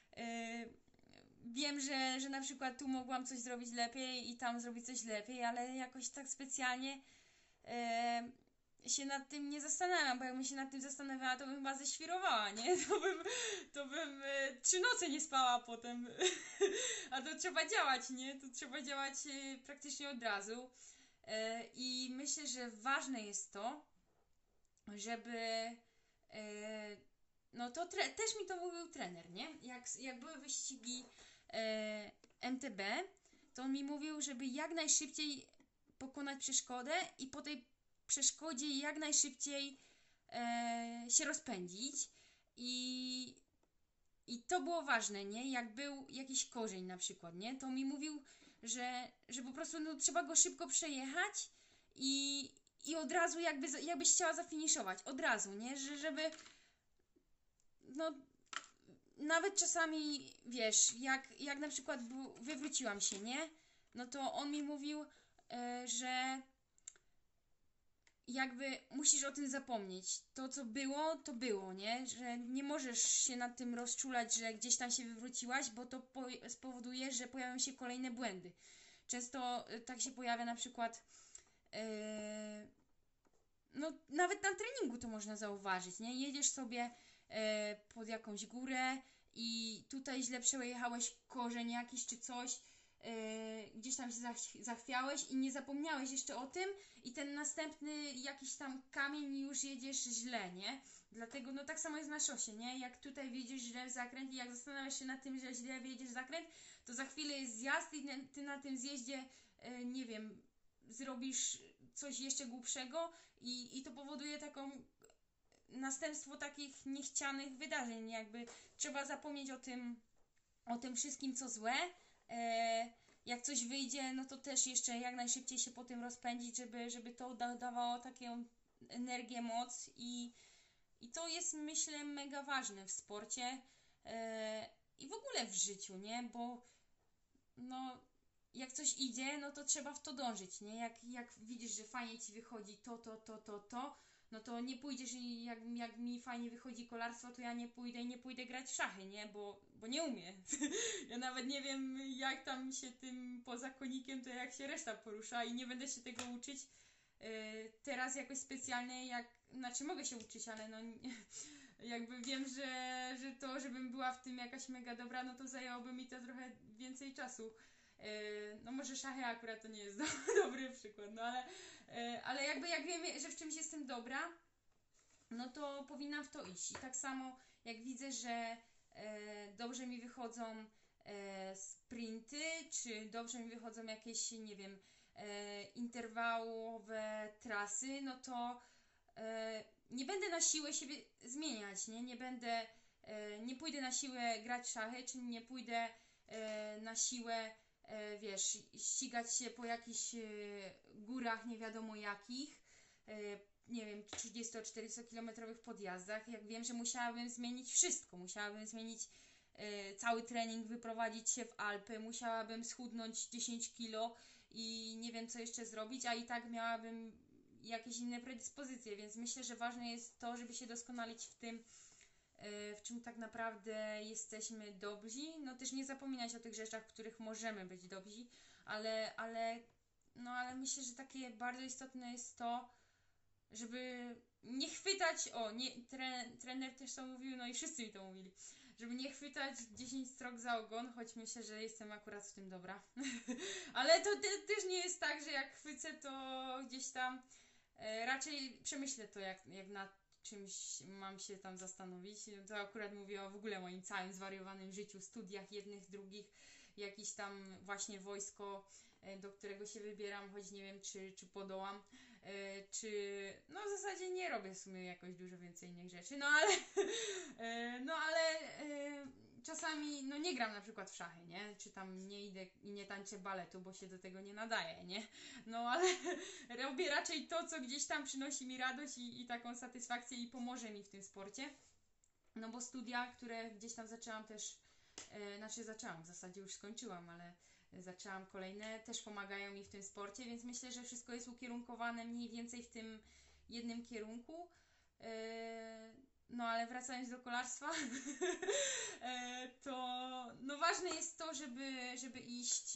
S2: Wiem, że na przykład tu mogłam coś zrobić lepiej i tam zrobić coś lepiej, ale jakoś tak specjalnie się nad tym nie zastanawiam, bo jakbym się nad tym zastanawiała, to bym chyba ześwirowała, nie? To bym 3 noce nie spała potem. A to trzeba działać, nie? To trzeba działać praktycznie od razu. I myślę, że ważne jest to, żeby no to też mi to mówił trener, nie? Jak były wyścigi MTB, to on mi mówił, żeby jak najszybciej pokonać przeszkodę i po tej przeszkodzie jak najszybciej się rozpędzić i to było ważne, nie? Jak był jakiś korzeń na przykład, nie? To mi mówił, że po prostu no, trzeba go szybko przejechać i od razu jakbyś chciała zafiniszować, od razu, nie? Żeby no nawet czasami, wiesz, jak na przykład wywróciłam się, nie? No to on mi mówił, że jakby musisz o tym zapomnieć. To, co było, to było, nie? Że nie możesz się nad tym rozczulać, że gdzieś tam się wywróciłaś, bo to spowoduje, że pojawią się kolejne błędy. Często tak się pojawia na przykład no nawet na treningu to można zauważyć, nie? Jedziesz sobie pod jakąś górę i tutaj źle przejechałeś korzeń jakiś czy coś, gdzieś tam się zachwiałeś i nie zapomniałeś jeszcze o tym i ten następny jakiś tam kamień już jedziesz źle, nie? Dlatego no tak samo jest na szosie, nie? Jak tutaj wjedziesz źle w zakręt i jak zastanawiasz się nad tym, że źle wjedziesz w zakręt, to za chwilę jest zjazd i ty na tym zjeździe, nie wiem, zrobisz coś jeszcze głupszego i to powoduje następstwo takich niechcianych wydarzeń, jakby trzeba zapomnieć o tym wszystkim, co złe. Jak coś wyjdzie, no to też jeszcze jak najszybciej się po tym rozpędzić, żeby to dawało taką energię, moc i to jest, myślę, mega ważne w sporcie i w ogóle w życiu, nie? Bo no jak coś idzie, no to trzeba w to dążyć, nie? Jak widzisz, że fajnie ci wychodzi no to nie pójdziesz i jak mi fajnie wychodzi kolarstwo, to ja nie pójdę grać w szachy, nie? Bo nie umiem. Ja nawet nie wiem, jak tam się tym poza konikiem, to jak się reszta porusza i nie będę się tego uczyć teraz jakoś specjalnie, znaczy mogę się uczyć, ale no jakby wiem, że to, żebym była w tym jakaś mega dobra, no to zajęłoby mi to trochę więcej czasu. No może szachy akurat to nie jest dobry przykład, no ale jakby jak wiem, że w czymś jestem dobra, no to powinnam w to iść. I tak samo jak widzę, że dobrze mi wychodzą sprinty, czy dobrze mi wychodzą jakieś, nie wiem, interwałowe trasy, no to nie będę na siłę siebie zmieniać, nie pójdę na siłę grać w szachy, czy nie pójdę na siłę wiesz, ścigać się po jakichś górach nie wiadomo jakich, nie wiem, 30-40 kilometrowych podjazdach, jak wiem, że musiałabym zmienić wszystko, musiałabym zmienić cały trening, wyprowadzić się w Alpy, musiałabym schudnąć 10 kilo i nie wiem co jeszcze zrobić, a i tak miałabym jakieś inne predyspozycje, więc myślę, że ważne jest to, żeby się doskonalić w tym, w czym tak naprawdę jesteśmy dobrzy, no też nie zapominać o tych rzeczach, w których możemy być dobrzy, ale myślę, że takie bardzo istotne jest to, żeby nie chwytać, trener też to mówił, no i wszyscy mi to mówili, żeby nie chwytać 10 strok za ogon, choć myślę, że jestem akurat w tym dobra, ale to też nie jest tak, że jak chwycę, to gdzieś tam raczej przemyślę to, jak na czymś mam się tam zastanowić. To akurat mówię o w ogóle moim całym zwariowanym życiu, studiach jednych, drugich, jakiś tam właśnie wojsko, do którego się wybieram, choć nie wiem, czy podołam, czy no w zasadzie nie robię w sumie jakoś dużo więcej innych rzeczy, no ale czasami, no nie gram na przykład w szachy, nie? Czy tam nie idę i nie tańczę baletu, bo się do tego nie nadaje, nie? No ale robię raczej to, co gdzieś tam przynosi mi radość i taką satysfakcję i pomoże mi w tym sporcie. No bo studia, które gdzieś tam zaczęłam też, w zasadzie już skończyłam, ale zaczęłam kolejne, też pomagają mi w tym sporcie, więc myślę, że wszystko jest ukierunkowane mniej więcej w tym jednym kierunku. No ale wracając do kolarstwa, to no ważne jest to, żeby iść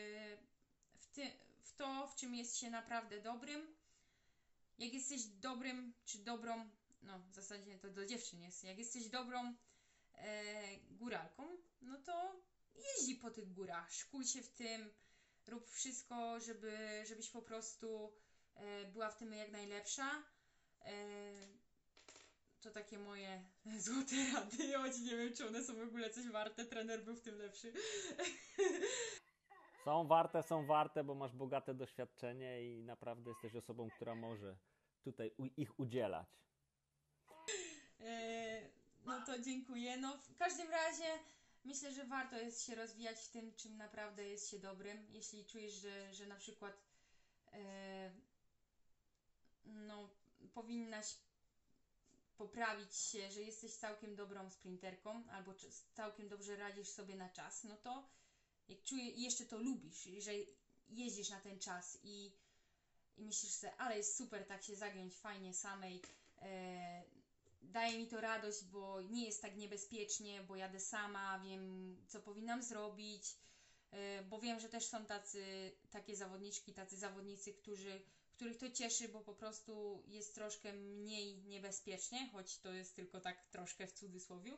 S2: w to, w czym jest się naprawdę dobrym. Jak jesteś dobrym czy dobrą, no w zasadzie to do dziewczyn jest, jak jesteś dobrą góralką, no to jeździ po tych górach, szkól się w tym, rób wszystko, żebyś po prostu była w tym jak najlepsza. To takie moje złote rady, choć nie wiem, czy one są w ogóle coś warte, trener był w tym lepszy.
S1: Są warte, bo masz bogate doświadczenie i naprawdę jesteś osobą, która może tutaj ich udzielać.
S2: No to dziękuję. No w każdym razie myślę, że warto jest się rozwijać w tym, czym naprawdę jest się dobrym. Jeśli czujesz, że na przykład no powinnaś poprawić się, że jesteś całkiem dobrą sprinterką albo całkiem dobrze radzisz sobie na czas, no to jak czujesz i jeszcze to lubisz, że jeździsz na ten czas i myślisz sobie, ale jest super tak się zagiąć fajnie samej, daje mi to radość, bo nie jest tak niebezpiecznie, bo jadę sama, wiem co powinnam zrobić, bo wiem, że też są takie zawodniczki, tacy zawodnicy, których to cieszy, bo po prostu jest troszkę mniej niebezpiecznie, choć to jest tylko tak troszkę w cudzysłowiu.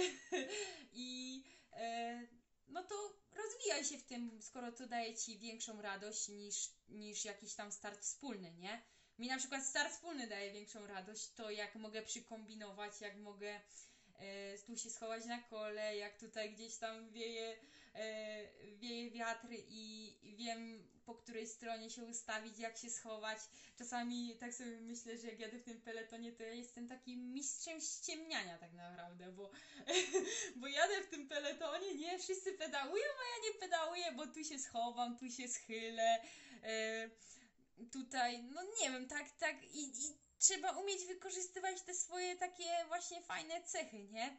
S2: I no to rozwijaj się w tym, skoro to daje Ci większą radość niż jakiś tam start wspólny, nie? Mi na przykład start wspólny daje większą radość, to jak mogę przykombinować, jak mogę tu się schować na kole, jak tutaj gdzieś tam wieje wiatr i wiem po której stronie się ustawić, jak się schować. Czasami tak sobie myślę, że jak jadę w tym peletonie, to ja jestem takim mistrzem ściemniania tak naprawdę, bo jadę w tym peletonie, nie? Wszyscy pedałują, a ja nie pedałuję, bo tu się schowam, tu się schylę, tutaj, no nie wiem, tak i trzeba umieć wykorzystywać te swoje takie właśnie fajne cechy, nie?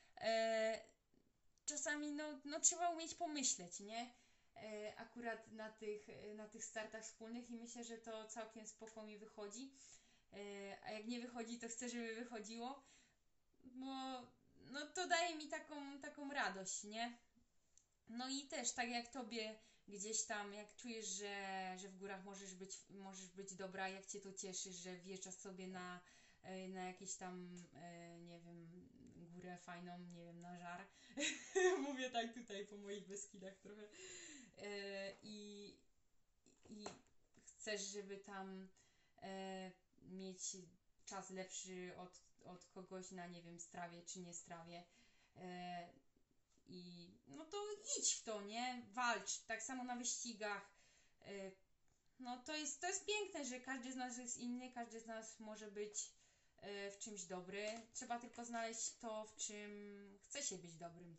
S2: Czasami no trzeba umieć pomyśleć, nie? Akurat na tych startach wspólnych i myślę, że to całkiem spoko mi wychodzi. A jak nie wychodzi, to chcę, żeby wychodziło, bo no to daje mi taką radość, nie? No i też tak jak tobie gdzieś tam, jak czujesz, że w górach możesz być dobra, jak cię to cieszy, że wjeżdżasz sobie na jakieś tam, nie wiem, górę fajną, nie wiem, na żar. Mówię tak tutaj po moich Beskidach trochę. I chcesz, żeby tam mieć czas lepszy od kogoś na, nie wiem, strawie czy nie strawie. I no to idź w to, nie? Walcz. Tak samo na wyścigach. No to jest piękne, że każdy z nas jest inny, każdy z nas może być w czymś dobry. Trzeba tylko znaleźć to, w czym chce się być dobrym,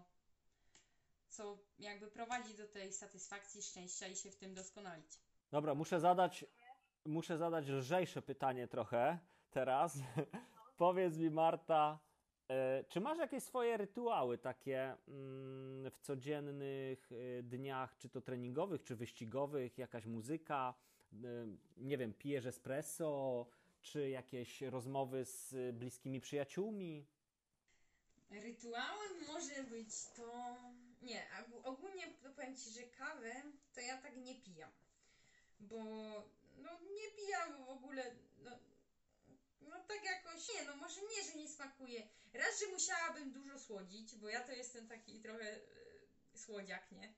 S2: co jakby prowadzi do tej satysfakcji, szczęścia i się w tym doskonalić.
S1: Dobra, muszę zadać lżejsze pytanie trochę teraz. Powiedz mi, Marta, czy masz jakieś swoje rytuały takie w codziennych dniach, czy to treningowych, czy wyścigowych, jakaś muzyka, nie wiem, pijesz espresso, czy jakieś rozmowy z bliskimi przyjaciółmi?
S2: Rytuałem może być to... Nie, ogólnie to powiem Ci, że kawę to ja tak nie pijam. Bo no nie pijam, bo w ogóle no tak jakoś, nie no może nie, że nie smakuje. Raz, że musiałabym dużo słodzić, bo ja to jestem taki trochę słodziak, nie?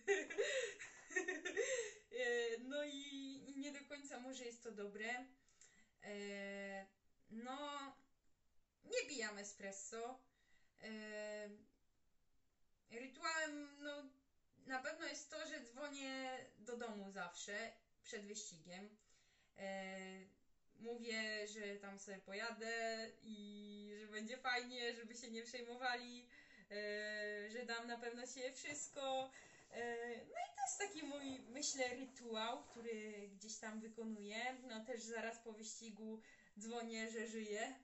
S2: No i nie do końca może jest to dobre. No nie pijam espresso. Rytuałem, no na pewno jest to, że dzwonię do domu zawsze przed wyścigiem. Mówię, że tam sobie pojadę i że będzie fajnie, żeby się nie przejmowali, że dam na pewno siebie wszystko. No i to jest taki mój, myślę, rytuał, który gdzieś tam wykonuję. No też zaraz po wyścigu dzwonię, że żyję.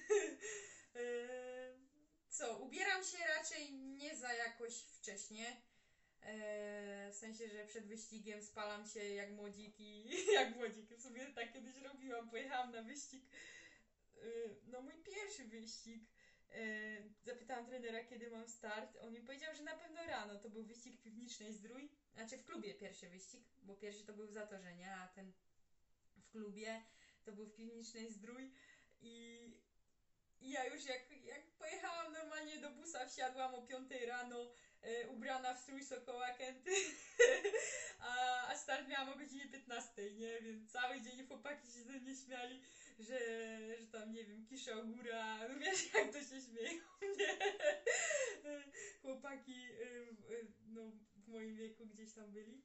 S2: Co, ubieram się raczej nie za jakoś wcześnie. W sensie, że przed wyścigiem spalam się jak młodzik i jak młodzik. W sumie tak kiedyś robiłam, pojechałam na wyścig. No mój pierwszy wyścig. Zapytałam trenera, kiedy mam start. On mi powiedział, że na pewno rano. To był wyścig Piwnicznej Zdrój. Znaczy w klubie pierwszy wyścig, bo pierwszy to był w Zatorze, nie? A ten w klubie to był w Piwnicznej Zdrój. I ja już jak pojechałam normalnie do busa, wsiadłam o 5 rano, ubrana w strój Sokoła Kęty, a start miałam o godzinie 15, nie? Więc cały dzień chłopaki się ze mnie śmiali, że tam, nie wiem, kiszę ogóra, no wiesz jak to się śmieją, nie? Chłopaki, no w moim wieku gdzieś tam byli.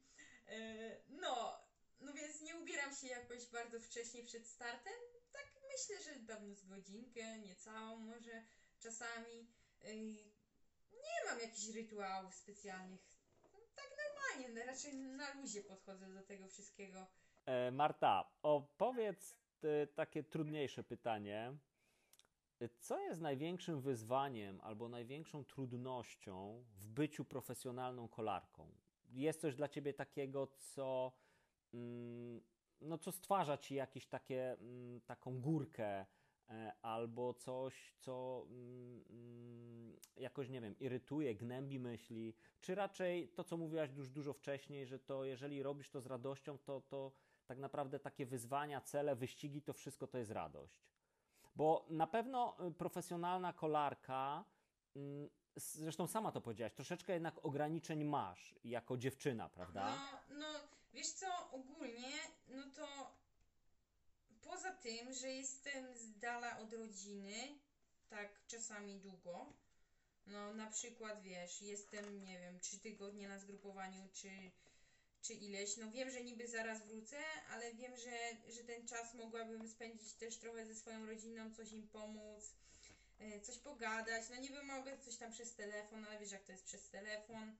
S2: No więc nie ubieram się jakoś bardzo wcześnie przed startem. Myślę, że dam z godzinkę, niecałą może czasami. Nie mam jakichś rytuałów specjalnych. Tak normalnie, raczej na luzie podchodzę do tego wszystkiego.
S1: Marta, opowiedz takie trudniejsze pytanie. Co jest największym wyzwaniem albo największą trudnością w byciu profesjonalną kolarką? Jest coś dla ciebie takiego, co no co stwarza ci jakąś taką górkę, albo coś, co jakoś, nie wiem, irytuje, gnębi myśli, czy raczej to, co mówiłaś już dużo wcześniej, że to jeżeli robisz to z radością, to tak naprawdę takie wyzwania, cele, wyścigi, to wszystko to jest radość. Bo na pewno profesjonalna kolarka, zresztą sama to powiedziałaś, troszeczkę jednak ograniczeń masz jako dziewczyna, prawda?
S2: No, wiesz co, ogólnie, no to poza tym, że jestem z dala od rodziny, tak czasami długo, no na przykład, wiesz, jestem, nie wiem, 3 tygodnie na zgrupowaniu, czy ileś, no wiem, że niby zaraz wrócę, ale wiem, że ten czas mogłabym spędzić też trochę ze swoją rodziną, coś im pomóc, coś pogadać, no niby mogę coś tam przez telefon, ale wiesz jak to jest przez telefon,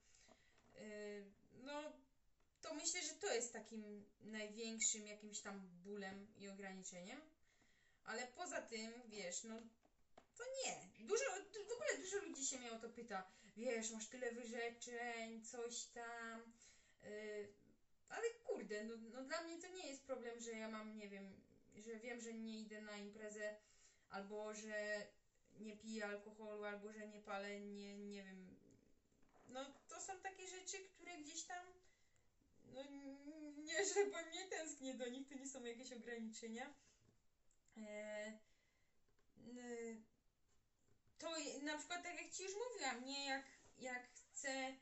S2: no to myślę, że to jest takim największym jakimś tam bólem i ograniczeniem. Ale poza tym, wiesz, no to nie. W ogóle dużo ludzi się mnie o to pyta. Wiesz, masz tyle wyrzeczeń, coś tam. Ale kurde, no dla mnie to nie jest problem, że ja mam, nie wiem, że wiem, że nie idę na imprezę, albo że nie piję alkoholu, albo że nie palę, nie wiem. No to są takie rzeczy, które gdzieś tam no nie, że bo nie tęsknię do nich, to nie są jakieś ograniczenia. To na przykład tak jak Ci już mówiłam, nie jak chcę,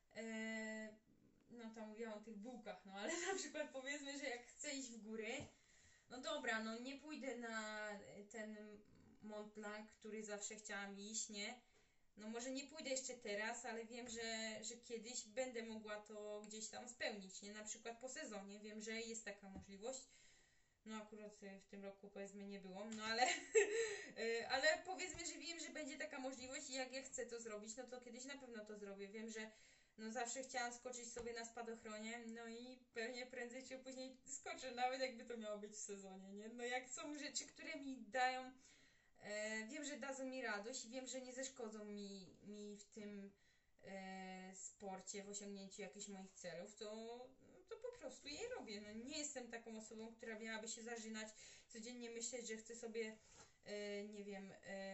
S2: no tam mówiłam o tych bułkach, no ale na przykład powiedzmy, że jak chcę iść w góry, no dobra, no nie pójdę na ten Mont Blanc, który zawsze chciałam iść, nie? No może nie pójdę jeszcze teraz, ale wiem, że kiedyś będę mogła to gdzieś tam spełnić, nie? Na przykład po sezonie, wiem, że jest taka możliwość. No akurat w tym roku powiedzmy nie było, no ale ale powiedzmy, że wiem, że będzie taka możliwość i jak ja chcę to zrobić, no to kiedyś na pewno to zrobię. Wiem, że no zawsze chciałam skoczyć sobie na spadochronie, no i pewnie prędzej czy później skoczę, nawet jakby to miało być w sezonie, nie? No jak są rzeczy, które mi dają wiem, że dadzą mi radość i wiem, że nie zaszkodzą mi w tym sporcie, w osiągnięciu jakichś moich celów, to po prostu je robię. No, nie jestem taką osobą, która miałaby się zażynać, codziennie myśleć, że chcę sobie, nie wiem,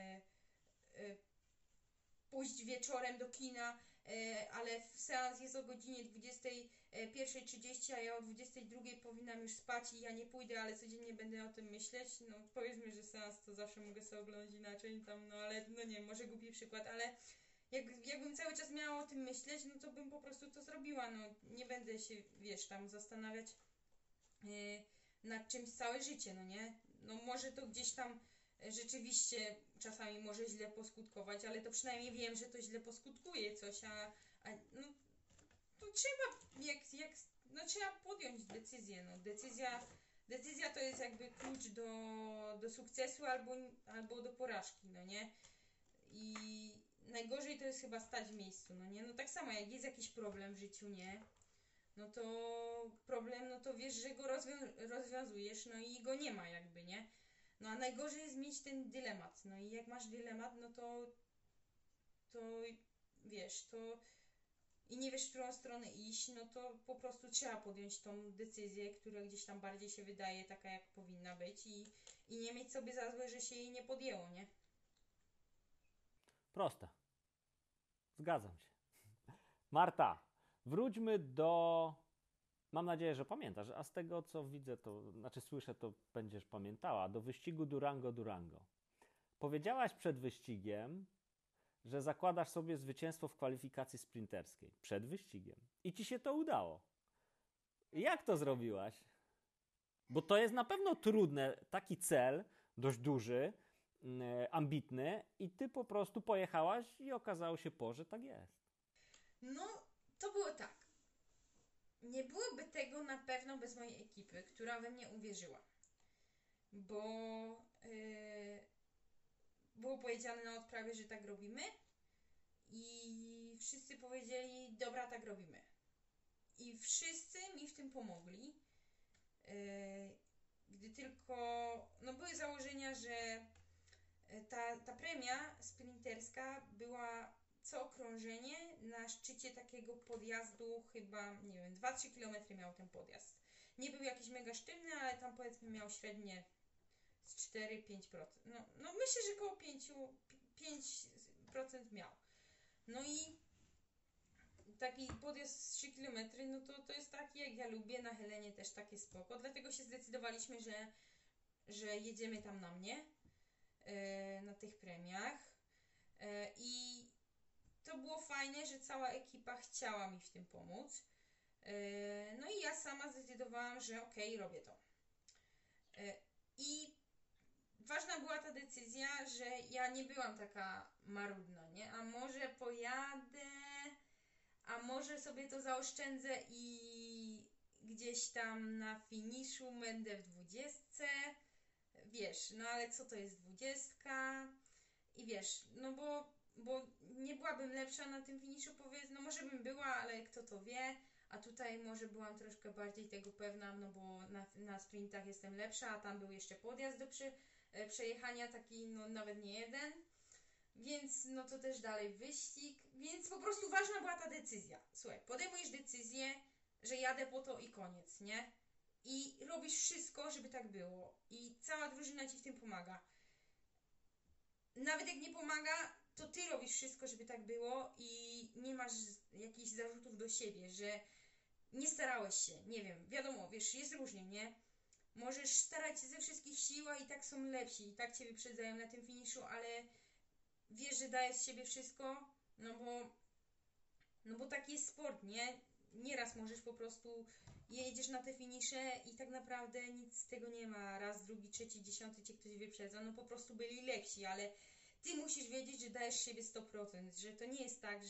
S2: pójść wieczorem do kina, ale seans jest o godzinie 21:30, a ja o 22:00 powinnam już spać i ja nie pójdę, ale codziennie będę o tym myśleć. No powiedzmy, że seans to zawsze mogę sobie oglądać inaczej tam, no ale no nie, może głupi przykład, ale jakbym cały czas miała o tym myśleć, no to bym po prostu to zrobiła, no nie będę się, wiesz, tam zastanawiać nad czymś całe życie, no nie? No może to gdzieś tam rzeczywiście czasami może źle poskutkować, ale to przynajmniej wiem, że to źle poskutkuje coś, a no to trzeba, no trzeba podjąć decyzję, no decyzja to jest jakby klucz do sukcesu albo do porażki, no nie? I najgorzej to jest chyba stać w miejscu, no nie? No tak samo, jak jest jakiś problem w życiu, nie? No to problem, no to wiesz, że go rozwiązujesz, no i go nie ma jakby, nie? No a najgorzej jest mieć ten dylemat, no i jak masz dylemat, no to wiesz, to i nie wiesz, w którą stronę iść, no to po prostu trzeba podjąć tą decyzję, która gdzieś tam bardziej się wydaje taka, jak powinna być i nie mieć sobie za złe, że się jej nie podjęło, nie?
S1: Proste. Zgadzam się. Marta, wróćmy do... Mam nadzieję, że pamiętasz, a z tego co widzę, to znaczy słyszę, to będziesz pamiętała, do wyścigu Durango. Powiedziałaś przed wyścigiem, że zakładasz sobie zwycięstwo w kwalifikacji sprinterskiej. Przed wyścigiem. I ci się to udało. Jak to zrobiłaś? Bo to jest na pewno trudne, taki cel, dość duży, ambitny i ty po prostu pojechałaś i okazało się że tak jest.
S2: No, to było tak. Nie byłoby tego na pewno bez mojej ekipy, która we mnie uwierzyła. Bo było powiedziane na odprawie, że tak robimy i wszyscy powiedzieli, dobra, tak robimy. I wszyscy mi w tym pomogli. Gdy tylko, no były założenia, że ta premia sprinterska była co okrążenie na szczycie takiego podjazdu, chyba, nie wiem, 2-3 km miał ten podjazd. Nie był jakiś mega sztywny, ale tam powiedzmy miał średnie z 4-5%. No myślę, że około 5% miał. No i taki podjazd z 3 km, no to jest taki, jak ja lubię, nachylenie też takie spoko. Dlatego się zdecydowaliśmy, że jedziemy tam na mnie, na tych premiach. I to było fajne, że cała ekipa chciała mi w tym pomóc. No i ja sama zdecydowałam, że okej, robię to. I ważna była ta decyzja, że ja nie byłam taka marudna, nie? A może pojadę, a może sobie to zaoszczędzę i gdzieś tam na finiszu będę w 20. Wiesz, no ale co to jest 20? I wiesz, no bo nie byłabym lepsza na tym finiszu, powiedz, no może bym była, ale kto to wie, a tutaj może byłam troszkę bardziej tego pewna, no bo na sprintach jestem lepsza, a tam był jeszcze podjazd do przejechania, taki no nawet nie jeden, więc no to też dalej wyścig, więc po prostu ważna była ta decyzja. Słuchaj, podejmujesz decyzję, że jadę po to i koniec, nie? I robisz wszystko, żeby tak było i cała drużyna ci w tym pomaga. Nawet jak nie pomaga, to ty robisz wszystko, żeby tak było i nie masz jakichś zarzutów do siebie, że nie starałeś się, nie wiem, wiadomo, wiesz, jest różnie, nie? Możesz starać się ze wszystkich sił, a i tak są lepsi, i tak cię wyprzedzają na tym finiszu, ale wiesz, że dajesz z siebie wszystko, no bo taki jest sport, nie? Nieraz możesz po prostu jedziesz na te finisze i tak naprawdę nic z tego nie ma. Raz, drugi, trzeci, 10 cię ktoś wyprzedza, no po prostu byli lepsi, ale ty musisz wiedzieć, że dajesz siebie 100%, że to nie jest tak,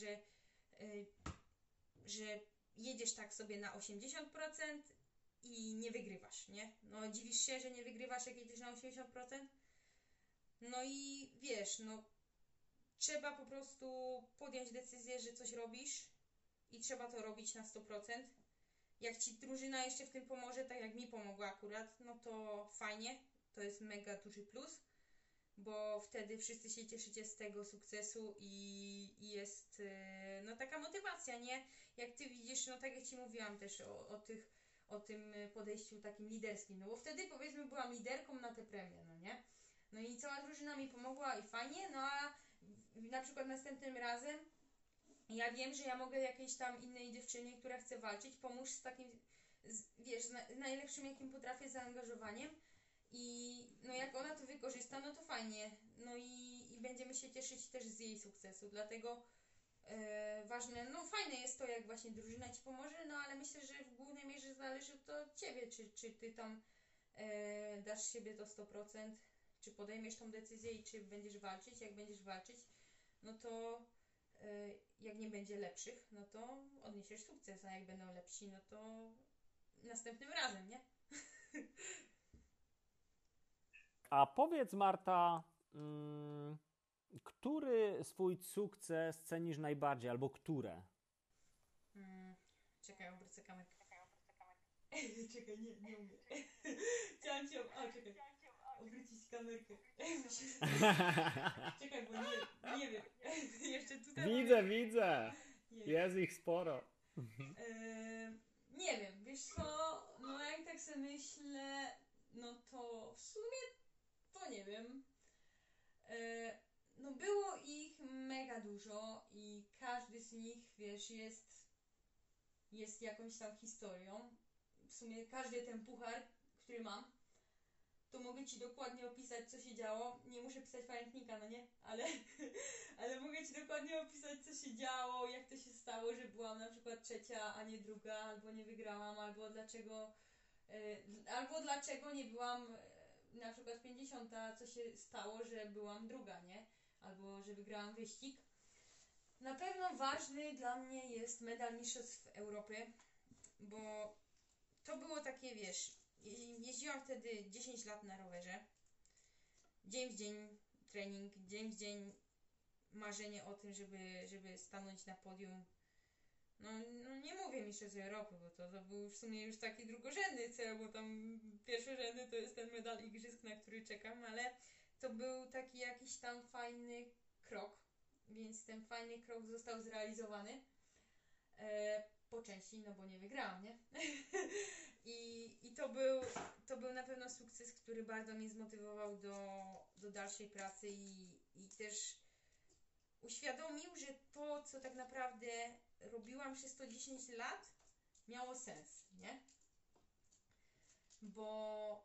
S2: że jedziesz tak sobie na 80% i nie wygrywasz, nie? No dziwisz się, że nie wygrywasz, jak jedziesz na 80%? No i wiesz, no trzeba po prostu podjąć decyzję, że coś robisz i trzeba to robić na 100%. Jak ci drużyna jeszcze w tym pomoże, tak jak mi pomogła akurat, no to fajnie, to jest mega duży plus, bo wtedy wszyscy się cieszycie z tego sukcesu i jest no taka motywacja, nie? Jak ty widzisz, no tak jak ci mówiłam też o tym podejściu takim liderskim, no bo wtedy powiedzmy byłam liderką na te premie, no nie? No i cała drużyna mi pomogła i fajnie, no a na przykład następnym razem ja wiem, że ja mogę jakiejś tam innej dziewczynie, która chce walczyć, pomóż z takim, wiesz, najlepszym jakim potrafię zaangażowaniem i no jak ona to wykorzysta, no to fajnie, no i będziemy się cieszyć też z jej sukcesu, dlatego ważne, no fajne jest to, jak właśnie drużyna ci pomoże, no ale myślę, że w głównej mierze zależy to od ciebie, czy ty tam dasz siebie to 100%, czy podejmiesz tą decyzję i czy będziesz walczyć, jak będziesz walczyć, no to jak nie będzie lepszych, no to odniesiesz sukces, a jak będą lepsi, no to następnym razem, nie?
S1: A powiedz Marta, Który swój sukces cenisz najbardziej, albo które?
S2: Czekaj, obrócę kamerkę. Czekaj, nie umiem. Chciałam cię... O, czekaj. Obrócić kamerkę. Czekaj, bo nie wiem. Jeszcze tutaj
S1: Widzę.
S2: Nie,
S1: Jest ich sporo.
S2: nie wiem, wiesz co, no jak tak sobie myślę, no to w sumie to nie wiem. No było ich mega dużo i każdy z nich, wiesz, jest jakąś tam historią. W sumie każdy ten puchar, który mam, to mogę ci dokładnie opisać, co się działo. Nie muszę pisać pamiętnika, no nie? Ale mogę ci dokładnie opisać, co się działo, jak to się stało, że byłam na przykład trzecia, a nie druga, albo nie wygrałam, albo dlaczego nie byłam na przykład 50, co się stało, że byłam druga, nie? Albo że wygrałam wyścig. Na pewno ważny dla mnie jest medal Mistrzostw Europy, bo to było takie, wiesz, jeździłam wtedy 10 lat na rowerze. Dzień w dzień trening, dzień w dzień marzenie o tym, żeby stanąć na podium. No nie mówię Mistrzostw Europy, bo to był w sumie już taki drugorzędny cel, bo tam pierwszorzędny to jest ten medal igrzysk, na który czekam, ale to był taki jakiś tam fajny krok, więc ten fajny krok został zrealizowany. Po części, no bo nie wygrałam, nie? I to był na pewno sukces, który bardzo mnie zmotywował do dalszej pracy i też uświadomił, że to, co tak naprawdę robiłam przez to 10 lat, miało sens, nie? Bo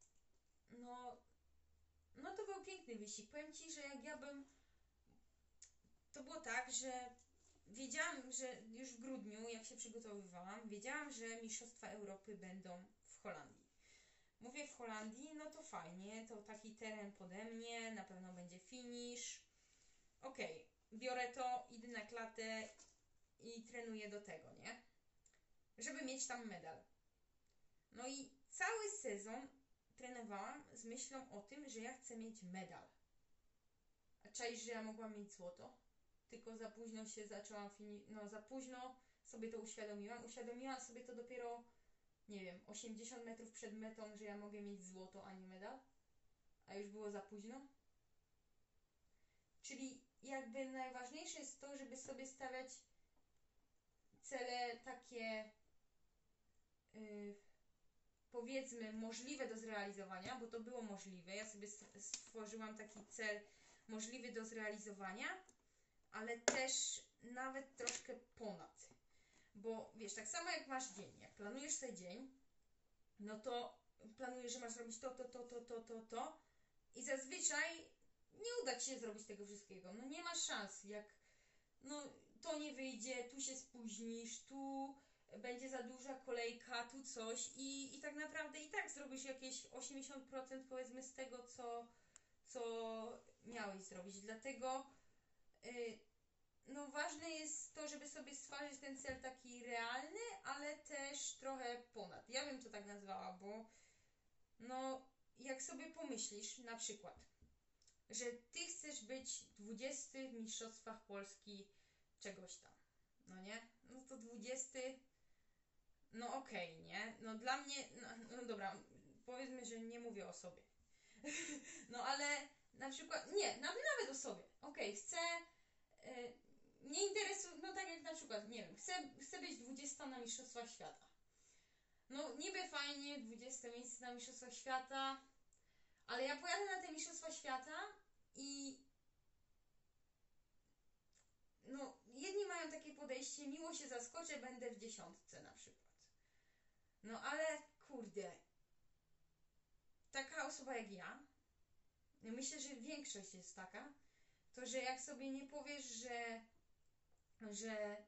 S2: no to był piękny wyścig. Powiem ci, że jak ja bym... To było tak, że wiedziałam, że już w grudniu, jak się przygotowywałam, wiedziałam, że Mistrzostwa Europy będą w Holandii. Mówię w Holandii, no to fajnie, to taki teren pode mnie, na pewno będzie finish. Okej, biorę to, idę na klatę i trenuję do tego, nie? Żeby mieć tam medal. No i cały sezon trenowałam z myślą o tym, że ja chcę mieć medal. A czaisz, że ja mogłam mieć złoto? Tylko za późno się zaczęłam za późno sobie to uświadomiłam. Uświadomiłam sobie to dopiero, nie wiem, 80 metrów przed metą, że ja mogę mieć złoto, a nie medal. A już było za późno. Czyli jakby najważniejsze jest to, żeby sobie stawiać cele takie powiedzmy możliwe do zrealizowania, bo to było możliwe. Ja sobie stworzyłam taki cel możliwy do zrealizowania, ale też nawet troszkę ponad. Bo wiesz, tak samo jak masz dzień, jak planujesz sobie dzień, no to planujesz, że masz robić to i zazwyczaj nie uda ci się zrobić tego wszystkiego. No nie masz szans, jak to nie wyjdzie, tu się spóźnisz, tu będzie za duża kolejka, tu coś i tak naprawdę i tak zrobisz jakieś 80% powiedzmy z tego, co miałeś zrobić. Dlatego ważne jest to, żeby sobie stworzyć ten cel taki realny, ale też trochę ponad. Ja bym to tak nazwała, bo jak sobie pomyślisz na przykład, że ty chcesz być 20 w Mistrzostwach Polski czegoś tam, no nie? No to 20, no okej, nie? No dla mnie, no dobra, powiedzmy, że nie mówię o sobie. No ale na przykład, nie, nawet o sobie. Okej, chcę, nie interesuje, no tak jak na przykład, nie wiem, chcę być 20 na Mistrzostwach Świata. No niby fajnie, 20 miejsce na Mistrzostwach Świata, ale ja pojadę na te Mistrzostwa Świata i jedni mają takie podejście, miło się zaskoczę, będę w 10 na przykład. No ale kurde, taka osoba jak ja, myślę, że większość jest taka, to że jak sobie nie powiesz, że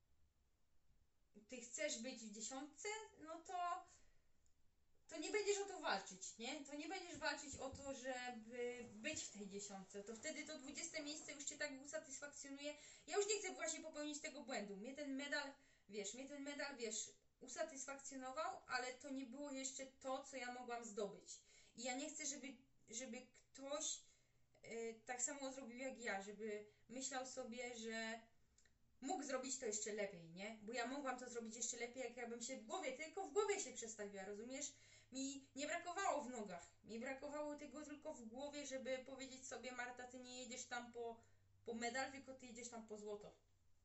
S2: ty chcesz być w 10, no to nie będziesz o to walczyć, nie? To nie będziesz walczyć o to, żeby być w tej 10. To wtedy to 20 miejsce już cię tak usatysfakcjonuje. Ja już nie chcę właśnie popełnić tego błędu. Mnie ten medal, wiesz, usatysfakcjonował, ale to nie było jeszcze to, co ja mogłam zdobyć. I ja nie chcę, żeby ktoś tak samo zrobił jak ja, żeby myślał sobie, że mógł zrobić to jeszcze lepiej, nie? Bo ja mogłam to zrobić jeszcze lepiej, jak ja bym się tylko w głowie się przestawiła, rozumiesz? Mi nie brakowało w nogach, mi brakowało tego tylko w głowie, żeby powiedzieć sobie: Marta, ty nie jedziesz tam po medal, tylko ty jedziesz tam po złoto.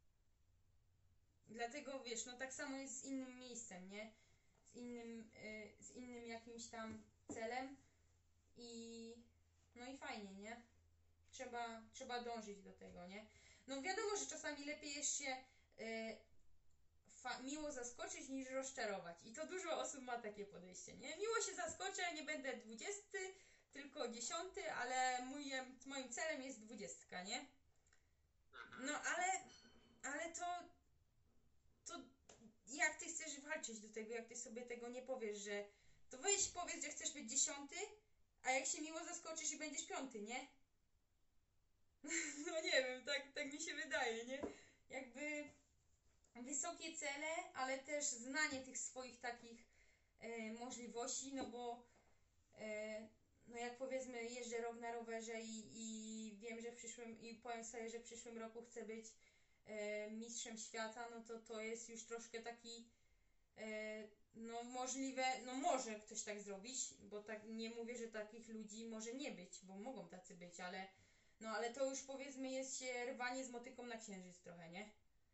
S2: Dlatego wiesz, no tak samo jest z innym miejscem, nie? Z innym jakimś tam celem i no i fajnie, nie? Trzeba dążyć do tego, nie? No wiadomo, że czasami lepiej jest się miło zaskoczyć niż rozczarować. I to dużo osób ma takie podejście, nie? Miło się zaskoczę, nie będę 20, tylko 10, ale moim celem jest 20, nie? No ale to jak ty chcesz walczyć do tego, jak ty sobie tego nie powiesz, że to weź powiedz, że chcesz być 10, a jak się miło zaskoczysz i będziesz 5, nie? No nie wiem, tak mi się wydaje, nie? Jakby wysokie cele, ale też znanie tych swoich takich możliwości, no bo no jak powiedzmy jeżdżę rok na rowerze i wiem, że i powiem sobie, że w przyszłym roku chcę być mistrzem świata, no to jest już troszkę taki no możliwe, no może ktoś tak zrobić, bo tak nie mówię, że takich ludzi może nie być, bo mogą tacy być, ale to już powiedzmy jest się rwanie z motyką na księżyc trochę, nie?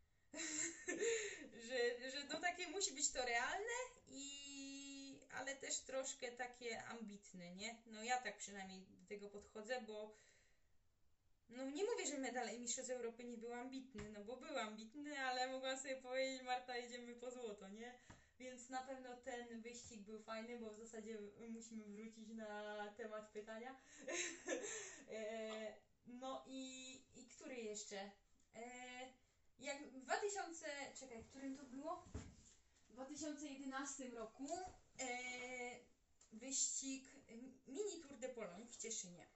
S2: że no takie musi być to realne ale też troszkę takie ambitne, nie? No ja tak przynajmniej do tego podchodzę, bo no nie mówię, że medal Mistrzostw Europy nie był ambitny, no bo był ambitny, ale mogłam sobie powiedzieć: Marta, jedziemy po złoto, nie? Więc na pewno ten wyścig był fajny, bo w zasadzie musimy wrócić na temat pytania. No i który jeszcze? Jak w 2000, czekaj, w którym to było? W 2011 roku wyścig Mini Tour de Pologne w Cieszynie.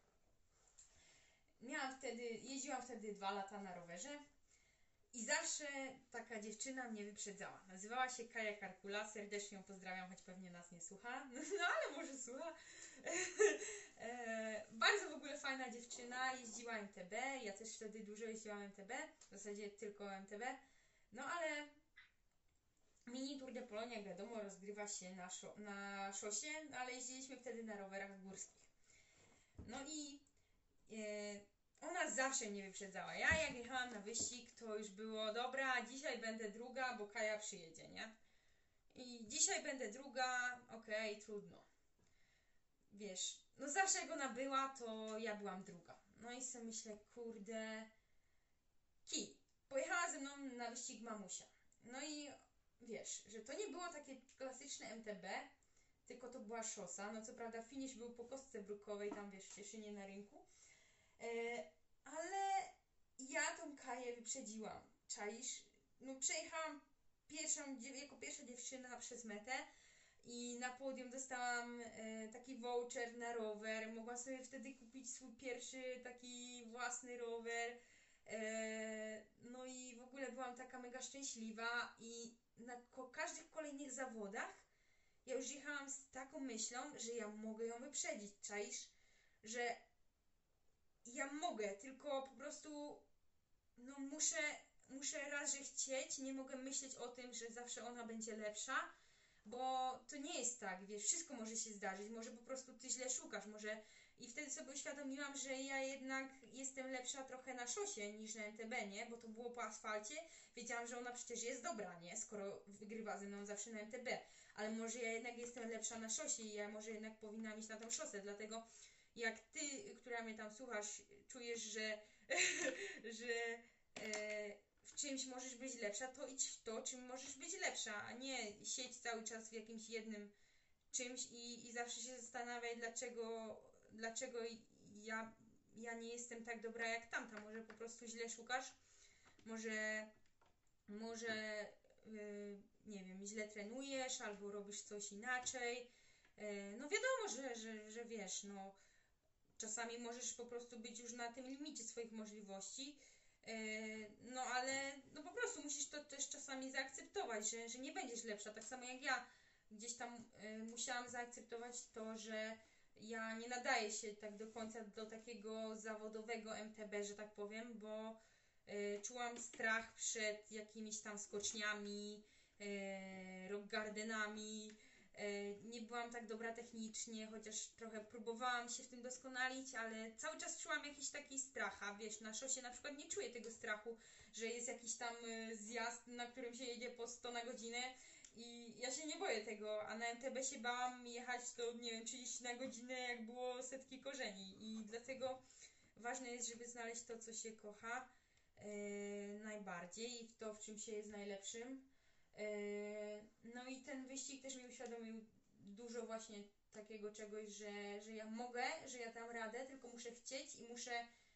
S2: Jeździłam wtedy 2 lata na rowerze i zawsze taka dziewczyna mnie wyprzedzała. Nazywała się Kaja Karkula, serdecznie ją pozdrawiam, choć pewnie nas nie słucha, no ale może słucha. Bardzo w ogóle fajna dziewczyna, jeździła MTB, ja też wtedy dużo jeździłam MTB, w zasadzie tylko MTB, no ale Mini Tour de Pologne, jak wiadomo, rozgrywa się na szosie, ale jeździliśmy wtedy na rowerach górskich. No i ona zawsze mnie wyprzedzała. Ja jak jechałam na wyścig, to już było: dobra, dzisiaj będę druga, bo Kaja przyjedzie, nie? I dzisiaj będę druga, okej, trudno. Wiesz, no zawsze jak ona była, to ja byłam druga. No i sobie myślę: kurde, pojechała ze mną na wyścig mamusia. No i wiesz, że to nie było takie klasyczne MTB, tylko to była szosa. No co prawda finish był po kostce brukowej, tam wiesz, w Cieszynie na rynku. Ale ja tą Kaję wyprzedziłam. Czaisz? No przejechałam jako pierwsza dziewczyna przez metę i na podium dostałam taki voucher na rower. Mogłam sobie wtedy kupić swój pierwszy taki własny rower. No i w ogóle byłam taka mega szczęśliwa i na każdych kolejnych zawodach ja już jechałam z taką myślą, że ja mogę ją wyprzedzić, czaisz? Że ja mogę, tylko po prostu no muszę raz, że chcieć, nie mogę myśleć o tym, że zawsze ona będzie lepsza, bo to nie jest tak, wiesz, wszystko może się zdarzyć, może po prostu ty źle szukasz, może i wtedy sobie uświadomiłam, że ja jednak jestem lepsza trochę na szosie niż na MTB, nie? Bo to było po asfalcie, wiedziałam, że ona przecież jest dobra, nie? Skoro wygrywa ze mną zawsze na MTB, ale może ja jednak jestem lepsza na szosie i ja może jednak powinnam iść na tą szosę, dlatego jak ty, która mnie tam słuchasz, czujesz, że, że w czymś możesz być lepsza, to idź w to, czym możesz być lepsza, a nie siedź cały czas w jakimś jednym czymś i zawsze się zastanawiaj, dlaczego ja nie jestem tak dobra jak tamta. Może po prostu źle szukasz, może nie wiem, źle trenujesz albo robisz coś inaczej. No wiadomo, że wiesz, no czasami możesz po prostu być już na tym limicie swoich możliwości, no ale no po prostu musisz to też czasami zaakceptować, że nie będziesz lepsza. Tak samo jak ja gdzieś tam musiałam zaakceptować to, że ja nie nadaję się tak do końca do takiego zawodowego MTB, że tak powiem, bo czułam strach przed jakimiś tam skoczniami, rock gardenami. Nie byłam tak dobra technicznie, chociaż trochę próbowałam się w tym doskonalić, ale cały czas czułam jakiś taki strach, a wiesz, na szosie na przykład nie czuję tego strachu, że jest jakiś tam zjazd, na którym się jedzie po 100 na godzinę i ja się nie boję tego, a na MTB się bałam jechać to, nie wiem, 30 na godzinę, jak było setki korzeni i dlatego ważne jest, żeby znaleźć to, co się kocha najbardziej i to, w czym się jest najlepszym. No i ten wyścig też mi uświadomił dużo właśnie takiego czegoś, że ja mogę, że ja dam radę, tylko muszę chcieć i muszę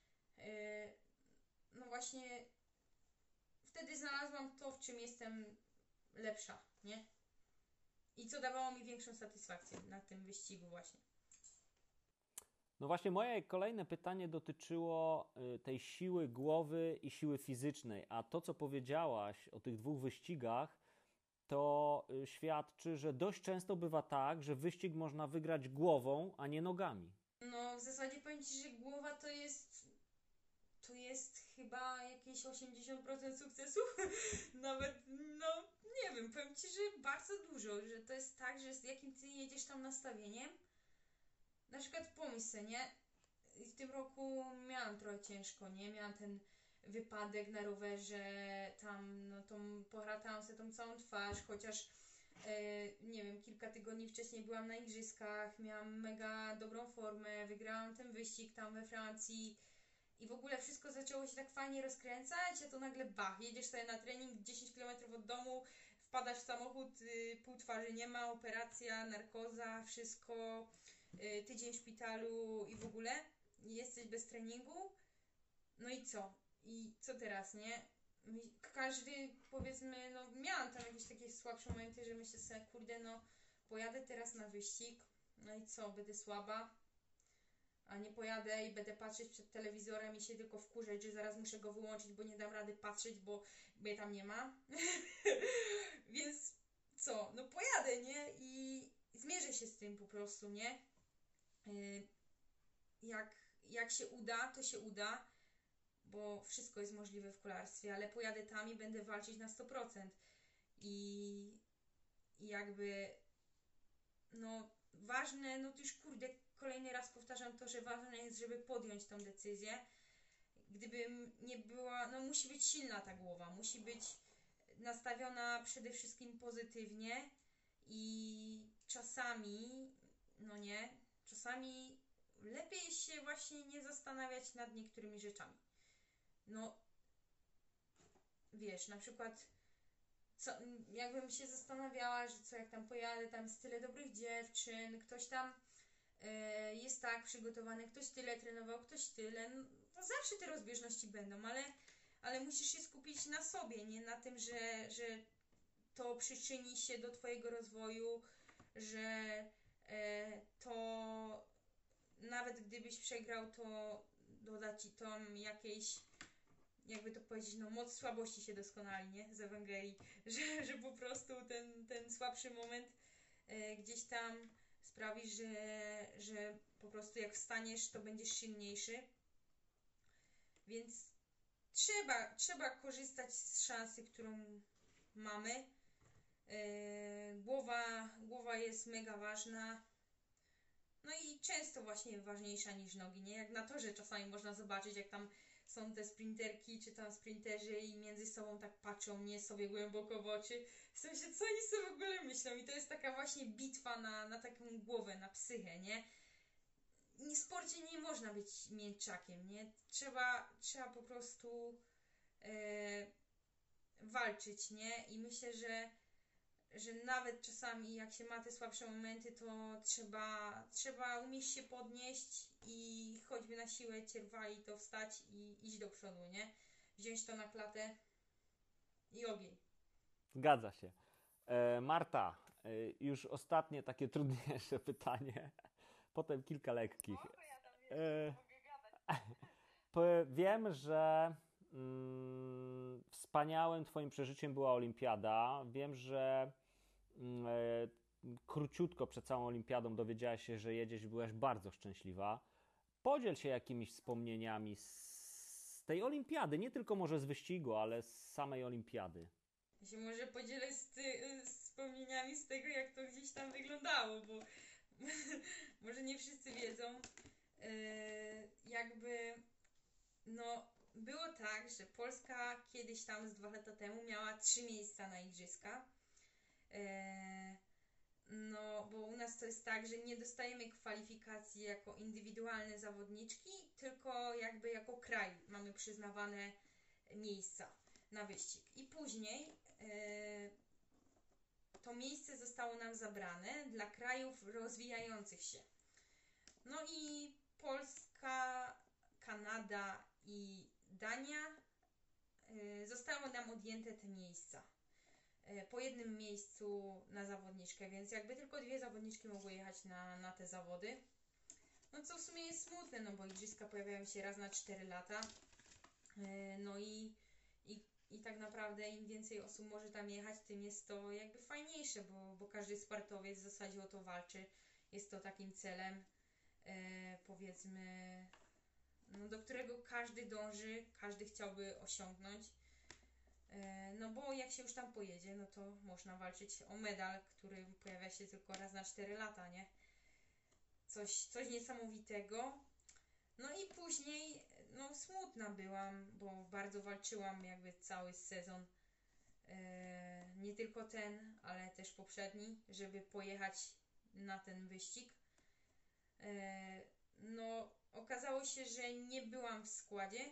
S2: no właśnie wtedy znalazłam to, w czym jestem lepsza, nie? I co dawało mi większą satysfakcję na tym wyścigu właśnie.
S1: No właśnie moje kolejne pytanie dotyczyło tej siły głowy i siły fizycznej, a to, co powiedziałaś o tych dwóch wyścigach, to świadczy, że dość często bywa tak, że wyścig można wygrać głową, a nie nogami.
S2: No w zasadzie powiem Ci, że głowa to jest chyba jakieś 80% sukcesu. Nawet, no nie wiem, powiem Ci, że bardzo dużo, że to jest tak, że z jakim Ty jedziesz tam nastawieniem. Na przykład pomyśl sobie, nie? W tym roku miałam trochę ciężko, nie? Miałam ten wypadek na rowerze, tam, no to poharatałam sobie tą całą twarz, chociaż nie wiem, kilka tygodni wcześniej byłam na igrzyskach, miałam mega dobrą formę, wygrałam ten wyścig tam we Francji i w ogóle wszystko zaczęło się tak fajnie rozkręcać, a to nagle bach, jedziesz sobie na trening 10 km od domu, wpadasz w samochód, pół twarzy nie ma, operacja, narkoza, wszystko, tydzień w szpitalu i w ogóle jesteś bez treningu, no i co? I co teraz, nie? Każdy, powiedzmy, no miałam tam jakieś takie słabsze momenty, że myślę sobie, kurde, no pojadę teraz na wyścig, no i co, będę słaba, a nie pojadę i będę patrzeć przed telewizorem i się tylko wkurzać, że zaraz muszę go wyłączyć, bo nie dam rady patrzeć, bo mnie tam nie ma. Więc co, no pojadę, nie? I zmierzę się z tym po prostu, nie? Jak się uda, to się uda, bo wszystko jest możliwe w kolarstwie, ale pojadę tam i będę walczyć na 100%. I jakby, no ważne, no to już kurde, kolejny raz powtarzam to, że ważne jest, żeby podjąć tą decyzję. Gdybym nie była, no musi być silna ta głowa, musi być nastawiona przede wszystkim pozytywnie i czasami, no nie, czasami lepiej się właśnie nie zastanawiać nad niektórymi rzeczami. No, wiesz, na przykład co, jakbym się zastanawiała, że co, jak tam pojadę, tam jest tyle dobrych dziewczyn, ktoś tam jest tak przygotowany, ktoś tyle trenował, ktoś tyle, no, to zawsze te rozbieżności będą, ale musisz się skupić na sobie, nie na tym, że to przyczyni się do Twojego rozwoju, że to nawet gdybyś przegrał, to doda Ci tam jakieś, jakby to powiedzieć, no moc słabości się doskonali, nie? Z Ewangelii, że po prostu ten słabszy moment gdzieś tam sprawi, że po prostu jak wstaniesz, to będziesz silniejszy. Więc trzeba korzystać z szansy, którą mamy. Głowa jest mega ważna. No i często właśnie ważniejsza niż nogi, nie? Jak na torze czasami można zobaczyć, jak tam są te sprinterki, czy tam sprinterzy i między sobą tak patrzą mnie sobie głęboko w oczy. Myślę, co oni sobie w ogóle myślą? I to jest taka właśnie bitwa na taką głowę, na psychę, nie? W sporcie nie można być mięczakiem, nie? Trzeba po prostu walczyć, nie? I myślę, że nawet czasami jak się ma te słabsze momenty, to trzeba umieć się podnieść i choćby na siłę cierwali to wstać i iść do przodu, nie? Wziąć to na klatę i ogień.
S1: Zgadza się. Marta, już ostatnie takie trudniejsze pytanie, potem kilka lekkich. Wiem, że wspaniałym Twoim przeżyciem była olimpiada. Wiem, że króciutko przed całą olimpiadą dowiedziałaś się, że jedziesz i byłaś bardzo szczęśliwa. Podziel się jakimiś wspomnieniami z tej olimpiady, nie tylko może z wyścigu, ale z samej olimpiady.
S2: Ja się może podzielę z wspomnieniami z tego, jak to gdzieś tam wyglądało, bo może nie wszyscy wiedzą. Jakby, no, było tak, że Polska kiedyś tam z 2 lata temu miała 3 miejsca na igrzyska. No, bo u nas to jest tak, że nie dostajemy kwalifikacji jako indywidualne zawodniczki, tylko jakby jako kraj mamy przyznawane miejsca na wyścig. I później to miejsce zostało nam zabrane dla krajów rozwijających się. No i Polska, Kanada i Dania zostało nam odjęte te miejsca. Po jednym miejscu na zawodniczkę, więc jakby tylko 2 zawodniczki mogły jechać na te zawody. No co w sumie jest smutne, no bo igrzyska pojawiają się raz na 4 lata. No i tak naprawdę im więcej osób może tam jechać, tym jest to jakby fajniejsze, bo każdy sportowiec w zasadzie o to walczy. Jest to takim celem, powiedzmy, no do którego każdy dąży, każdy chciałby osiągnąć. No bo jak się już tam pojedzie, no to można walczyć o medal, który pojawia się tylko raz na 4 lata, nie? Coś niesamowitego. No i później, no smutna byłam, bo bardzo walczyłam jakby cały sezon. Nie tylko ten, ale też poprzedni, żeby pojechać na ten wyścig. No okazało się, że nie byłam w składzie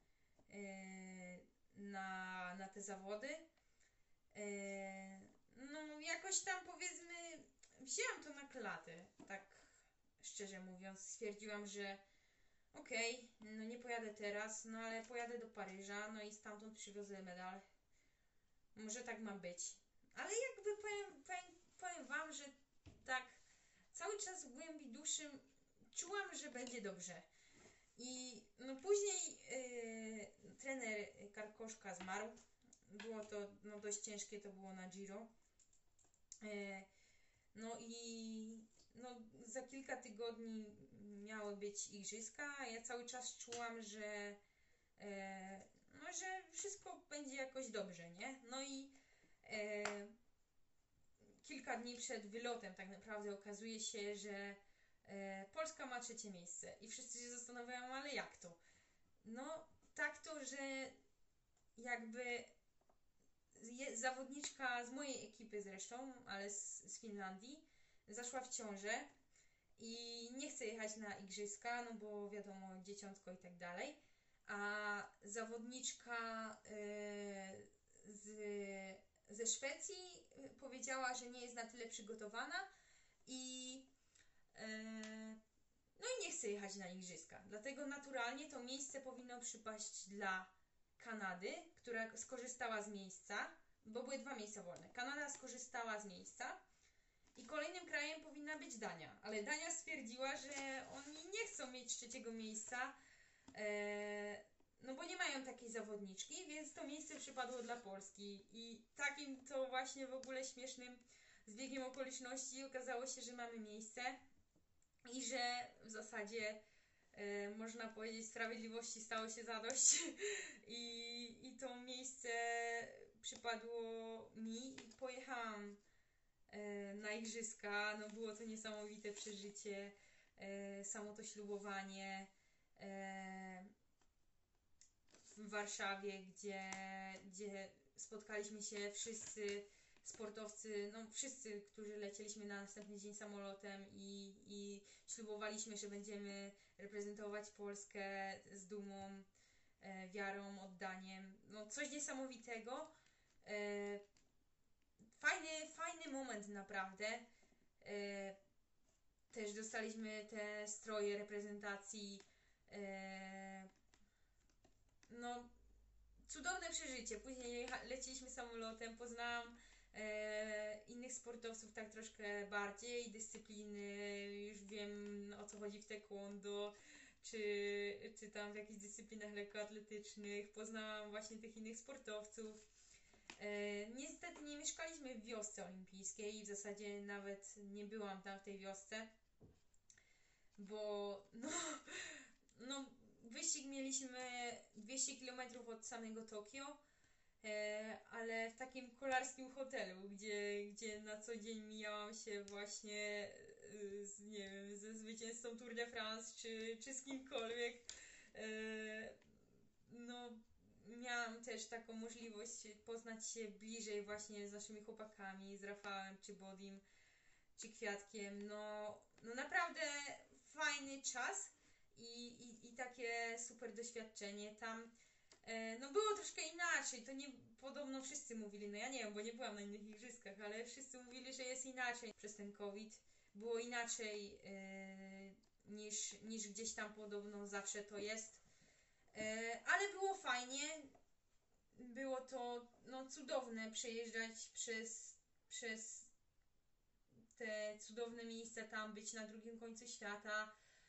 S2: na te zawody. No jakoś tam powiedzmy wzięłam to na klatę, tak szczerze mówiąc. Stwierdziłam, że okej, no nie pojadę teraz, no ale pojadę do Paryża, no i stamtąd przywiozę medal. Może tak ma być. Ale jakby powiem wam, że tak cały czas w głębi duszy czułam, że będzie dobrze. I no później trener Karkoszka zmarł. Było to no, dość ciężkie, to było na Giro. No i no, za kilka tygodni miały być igrzyska, a ja cały czas czułam, że no, że wszystko będzie jakoś dobrze, nie? No i kilka dni przed wylotem tak naprawdę okazuje się, że Polska ma 3. miejsce i wszyscy się zastanawiają, ale jak to? No tak to, że jakby zawodniczka z mojej ekipy zresztą, ale z Finlandii, zaszła w ciążę i nie chce jechać na igrzyska, no bo wiadomo, dzieciątko i tak dalej, a zawodniczka ze Szwecji powiedziała, że nie jest na tyle przygotowana i no i nie chce jechać na igrzyska. Dlatego naturalnie to miejsce powinno przypaść dla Kanady, która skorzystała z miejsca, bo były 2 miejsca wolne. Kanada skorzystała z miejsca i kolejnym krajem powinna być Dania. Ale Dania stwierdziła, że oni nie chcą mieć 3. miejsca, no bo nie mają takiej zawodniczki, więc to miejsce przypadło dla Polski. I takim to właśnie w ogóle śmiesznym zbiegiem okoliczności okazało się, że mamy miejsce i że w zasadzie można powiedzieć, sprawiedliwości stało się zadość i to miejsce przypadło mi i pojechałam na igrzyska. No było to niesamowite przeżycie, samo to ślubowanie w Warszawie, gdzie spotkaliśmy się wszyscy sportowcy, no wszyscy, którzy lecieliśmy na następny dzień samolotem i ślubowaliśmy, że będziemy reprezentować Polskę z dumą, wiarą, oddaniem. No coś niesamowitego. Fajny moment naprawdę. Też dostaliśmy te stroje reprezentacji. No cudowne przeżycie. Później leciliśmy samolotem, poznałam innych sportowców tak troszkę bardziej, dyscypliny, już wiem o co chodzi w taekwondo, czy tam w jakichś dyscyplinach lekkoatletycznych, poznałam właśnie tych innych sportowców. Niestety nie mieszkaliśmy w wiosce olimpijskiej i w zasadzie nawet nie byłam tam w tej wiosce, bo no wyścig mieliśmy 200 km od samego Tokio, ale w takim kolarskim hotelu, gdzie na co dzień mijałam się właśnie nie wiem, ze zwycięzcą Tour de France czy z kimkolwiek. No, miałam też taką możliwość poznać się bliżej właśnie z naszymi chłopakami, z Rafałem, czy Bodim, czy Kwiatkiem. No naprawdę fajny czas i takie super doświadczenie. Tam no było troszkę inaczej, to nie podobno wszyscy mówili, no ja nie wiem, bo nie byłam na innych igrzyskach, ale wszyscy mówili, że jest inaczej przez ten COVID. Było inaczej niż gdzieś tam podobno zawsze to jest. Ale było fajnie. Było to no, cudowne przejeżdżać przez te cudowne miejsca tam, być na drugim końcu świata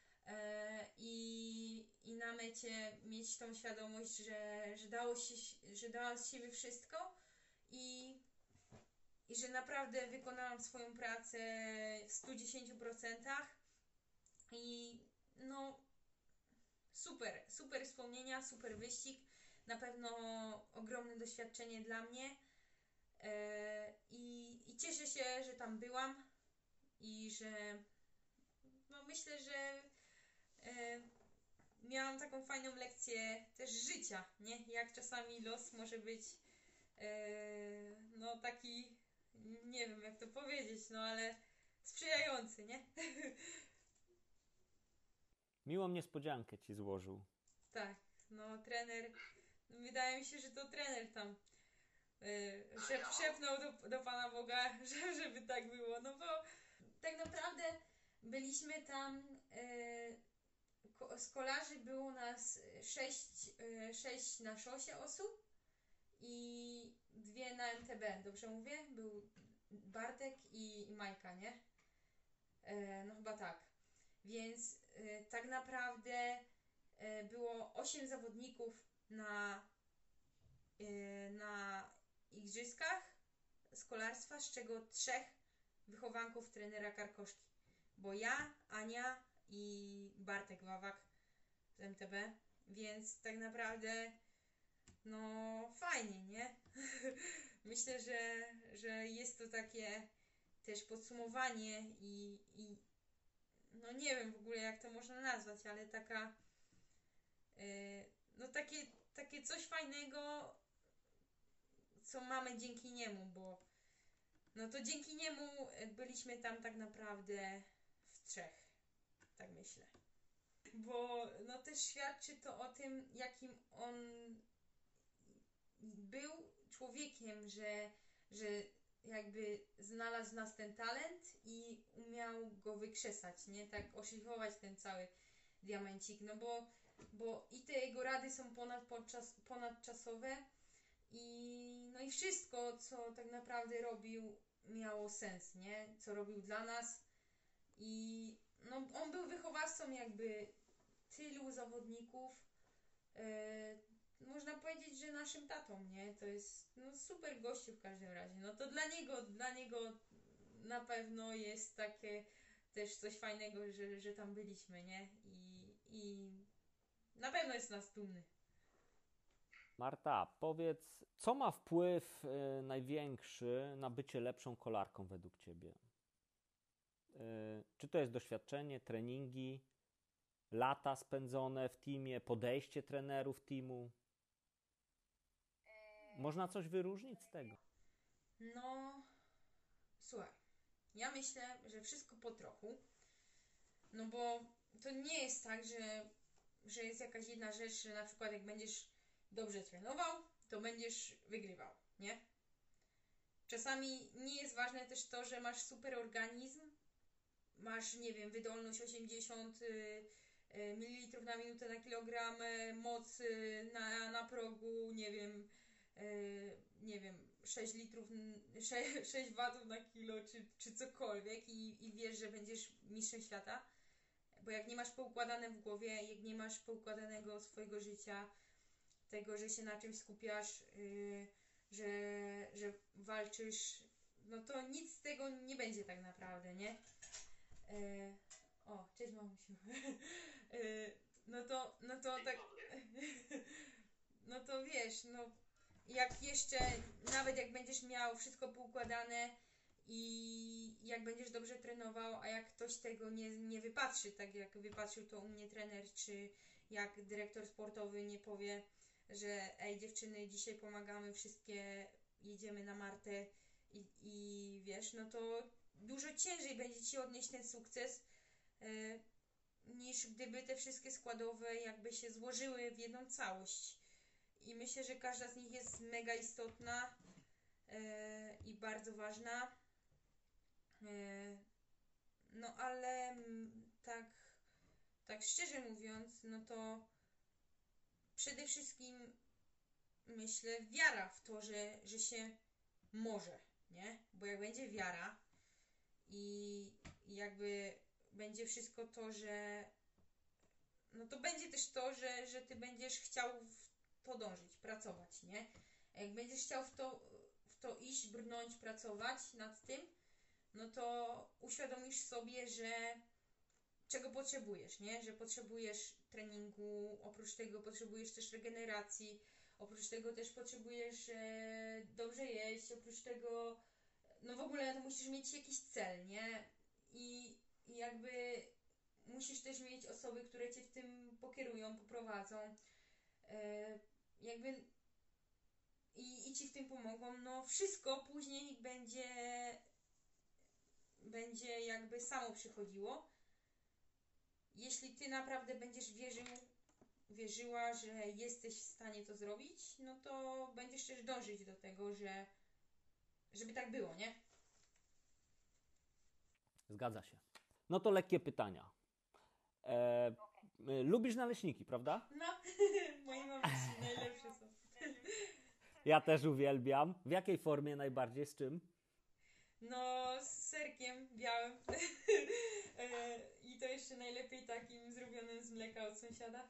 S2: i na mecie mieć tą świadomość, że dałam z siebie wszystko i że naprawdę wykonałam swoją pracę w 110% i no super wspomnienia, super wyścig, na pewno ogromne doświadczenie dla mnie i cieszę się, że tam byłam i że no myślę, że miałam taką fajną lekcję też życia, nie? Jak czasami los może być no taki, nie wiem jak to powiedzieć, no ale sprzyjający, nie?
S1: Miłą niespodziankę ci złożył.
S2: Tak, no trener, wydaje mi się, że to trener tam szepnął do Pana Boga, żeby tak było, no bo tak naprawdę byliśmy tam, z kolarzy było nas 6 na szosie osób i 2 na MTB, dobrze mówię? Był Bartek i Majka, nie? No chyba tak. Więc tak naprawdę było 8 zawodników na igrzyskach z kolarstwa, z czego 3 wychowanków trenera Karkoszki. Bo ja, Ania i Bartek Wawak z MTB, więc tak naprawdę no fajnie, nie? Myślę, że jest to takie też podsumowanie i no nie wiem w ogóle jak to można nazwać, ale taka no takie coś fajnego, co mamy dzięki niemu, bo no to dzięki niemu byliśmy tam tak naprawdę w 3, tak myślę. Bo no też świadczy to o tym, jakim on był człowiekiem, że jakby znalazł w nas ten talent i umiał go wykrzesać, nie? Tak oszlifować ten cały diamencik, no bo i te jego rady są ponadczasowe i wszystko, co tak naprawdę robił, miało sens, nie? Co robił dla nas i no on był wychowawcą jakby tylu zawodników, można powiedzieć, że naszym tatą, nie? To jest no, super gościu w każdym razie. No to dla niego na pewno jest takie też coś fajnego, że tam byliśmy, nie? I na pewno jest z nas dumny.
S1: Marta, powiedz, co ma wpływ największy na bycie lepszą kolarką według Ciebie? Czy to jest doświadczenie, treningi, lata spędzone w teamie, podejście trenerów teamu? Można coś wyróżnić z tego?
S2: No, słuchaj, ja myślę, że wszystko po trochu, no bo to nie jest tak, że jest jakaś jedna rzecz, że na przykład jak będziesz dobrze trenował, to będziesz wygrywał, nie? Czasami nie jest ważne też to, że masz super organizm, masz, nie wiem, wydolność 80 ml na minutę na kilogram, moc na progu, nie wiem, 6 litrów, 6 watów na kilo, czy cokolwiek i wiesz, że będziesz mistrzem świata, bo jak nie masz poukładane w głowie, jak nie masz poukładanego swojego życia, tego, że się na czymś skupiasz, że walczysz, no to nic z tego nie będzie tak naprawdę, nie? O, cześć mamusiu. No to tak, no to wiesz, no jak jeszcze, nawet jak będziesz miał wszystko poukładane i jak będziesz dobrze trenował, a jak ktoś tego nie wypatrzy, tak jak wypatrzył to u mnie trener, czy jak dyrektor sportowy nie powie, że ej dziewczyny, dzisiaj pomagamy, wszystkie jedziemy na Martę i wiesz, no to dużo ciężej będzie Ci odnieść ten sukces, niż gdyby te wszystkie składowe jakby się złożyły w jedną całość. I myślę, że każda z nich jest mega istotna i bardzo ważna. No ale tak szczerze mówiąc, no to przede wszystkim myślę wiara w to, że się może, nie? Bo jak będzie wiara i jakby będzie wszystko to, że no to będzie też to, że ty będziesz chciał w to dążyć, pracować, nie? A jak będziesz chciał w to iść, brnąć, pracować nad tym, no to uświadomisz sobie, że czego potrzebujesz, nie? Że potrzebujesz treningu, oprócz tego potrzebujesz też regeneracji, oprócz tego też potrzebujesz dobrze jeść, oprócz tego no w ogóle to musisz mieć jakiś cel, nie? I jakby musisz też mieć osoby, które Cię w tym pokierują, poprowadzą, jakby i Ci w tym pomogą, no wszystko później będzie jakby samo przychodziło. Jeśli Ty naprawdę będziesz wierzyła, że jesteś w stanie to zrobić, no to będziesz też dążyć do tego, żeby tak było, nie?
S1: Zgadza się. No to lekkie pytania. Lubisz naleśniki, prawda?
S2: No, moje mamusi najlepsze są.
S1: Ja też uwielbiam. W jakiej formie najbardziej? Z czym?
S2: No, z serkiem białym. I to jeszcze najlepiej takim zrobionym z mleka od sąsiada.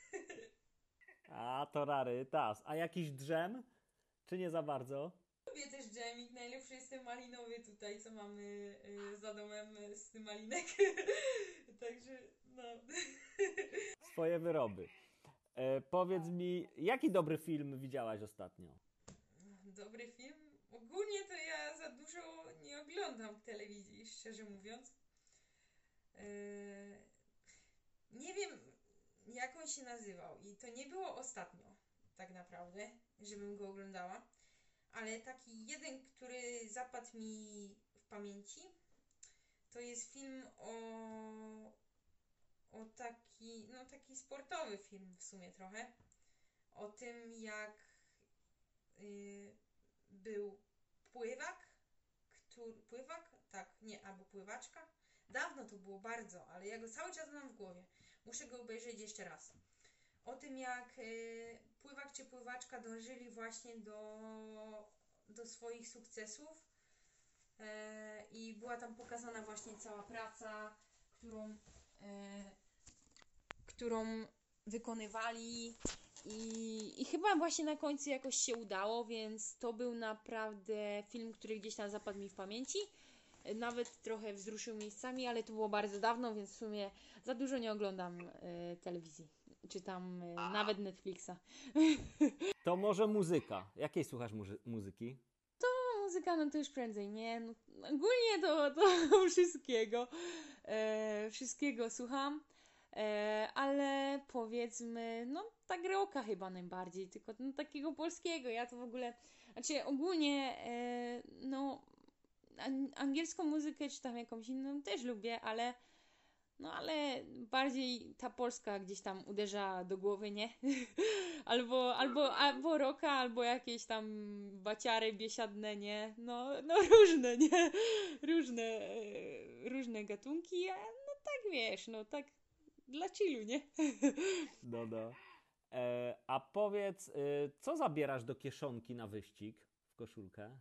S1: A, to rarytas. A jakiś drzem? Czy nie za bardzo?
S2: Lubię też dżemik. Najlepszy jest ten malinowy tutaj, co mamy za domem z tym malinek. Także, no.
S1: Swoje wyroby. Powiedz mi, jaki dobry film widziałaś ostatnio?
S2: Dobry film? Ogólnie to ja za dużo nie oglądam telewizji, szczerze mówiąc. Nie wiem, jak on się nazywał i to nie było ostatnio, tak naprawdę, żebym go oglądała, ale taki jeden, który zapadł mi w pamięci, to jest film o taki sportowy film w sumie trochę, o tym jak był pływak? Tak, nie, albo pływaczka. Dawno to było bardzo, ale ja go cały czas mam w głowie. Muszę go obejrzeć jeszcze raz. O tym, jak pływak czy pływaczka dążyli właśnie do swoich sukcesów i była tam pokazana właśnie cała praca, którą wykonywali i chyba właśnie na końcu jakoś się udało, więc to był naprawdę film, który gdzieś tam zapadł mi w pamięci. Nawet trochę wzruszył miejscami, ale to było bardzo dawno, więc w sumie za dużo nie oglądam telewizji, czy tam nawet Netflixa.
S1: To może muzyka. Jakiej słuchasz muzyki?
S2: Muzyka, no to już prędzej, nie? No, ogólnie to wszystkiego. Wszystkiego słucham. Ale powiedzmy, no tak rocka chyba najbardziej, tylko no, takiego polskiego. Ja to w ogóle, znaczy ogólnie, no angielską muzykę czy tam jakąś inną też lubię, ale bardziej ta polska gdzieś tam uderza do głowy, nie? albo rocka, albo jakieś tam baciary biesiadne, nie? No różne, nie? Różne gatunki, no tak wiesz, no tak dla chillu, nie?
S1: No. A powiedz, co zabierasz do kieszonki na wyścig w koszulkę?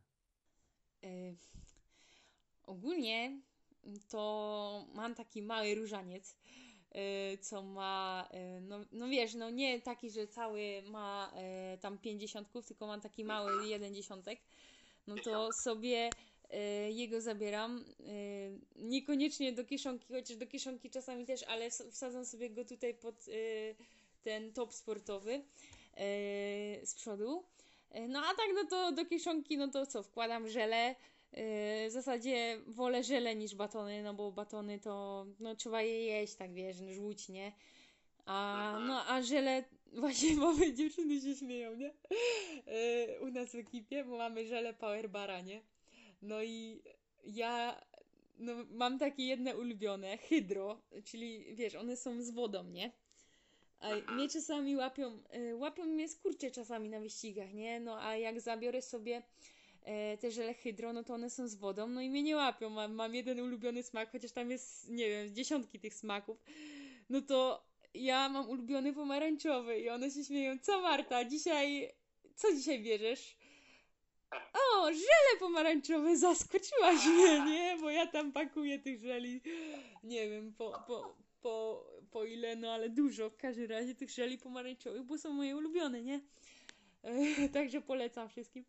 S2: Ogólnie to mam taki mały różaniec co ma, no wiesz, no nie taki, że cały ma tam 50, tylko ma taki mały 1/10, no to sobie jego zabieram. Niekoniecznie do kieszonki, chociaż do kieszonki czasami też, ale wsadzam sobie go tutaj pod ten top sportowy z przodu. No a tak, no to do kieszonki, no to co, wkładam żele. W zasadzie wolę żele niż batony, no bo batony to, no trzeba je jeść, tak wiesz, żółć, nie? A żele, właśnie mamy, dziewczyny się śmieją, nie? U nas w ekipie, bo mamy żele Power Bara, nie? No i ja no, mam takie jedne ulubione, hydro, czyli wiesz, one są z wodą, nie? A mnie czasami łapią mnie skurcze czasami na wyścigach, nie? No a jak zabiorę sobie te żele hydro, no to one są z wodą, no i mnie nie łapią. Mam jeden ulubiony smak, chociaż tam jest, nie wiem, dziesiątki tych smaków. No to ja mam ulubiony pomarańczowy i one się śmieją. Co Marta, co dzisiaj bierzesz? O, żele pomarańczowe, zaskoczyłaś mnie, nie? Bo ja tam pakuję tych żeli, nie wiem, po ile, no ale dużo w każdym razie tych żeli pomarańczowych, bo są moje ulubione, nie? Także polecam wszystkim.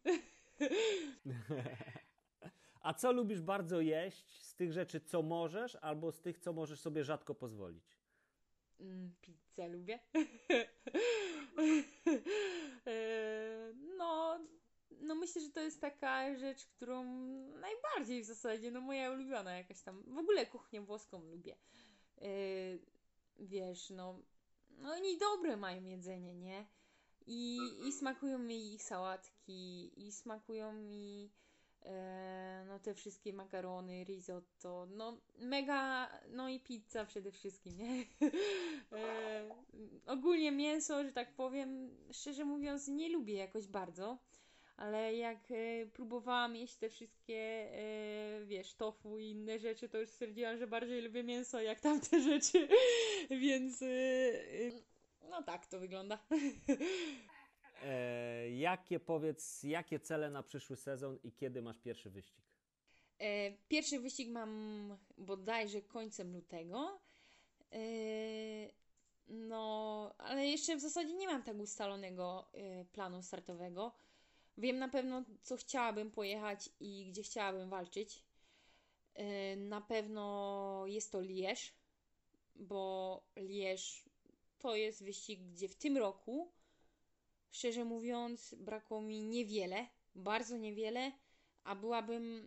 S1: A co lubisz bardzo jeść z tych rzeczy, co możesz, albo z tych, co możesz sobie rzadko pozwolić?
S2: Pizzę lubię. No, no myślę, że to jest taka rzecz, którą najbardziej w zasadzie, no moja ulubiona jakaś tam, w ogóle kuchnię włoską lubię. Wiesz, no oni dobre mają jedzenie, nie? I smakują mi ich sałatki, i smakują mi no te wszystkie makarony, risotto, no mega, no i pizza przede wszystkim, nie? Ogólnie mięso, że tak powiem, szczerze mówiąc, nie lubię jakoś bardzo, ale jak próbowałam jeść te wszystkie, wiesz, tofu i inne rzeczy, to już stwierdziłam, że bardziej lubię mięso jak tamte rzeczy, więc no tak to wygląda.
S1: Jakie cele na przyszły sezon i kiedy masz pierwszy wyścig?
S2: Pierwszy wyścig mam bodajże końcem lutego. No, ale jeszcze w zasadzie nie mam tak ustalonego planu startowego. Wiem na pewno, co chciałabym pojechać i gdzie chciałabym walczyć. Na pewno jest to Liège, bo Liège to jest wyścig, gdzie w tym roku, szczerze mówiąc, brakło mi niewiele, bardzo niewiele, a byłabym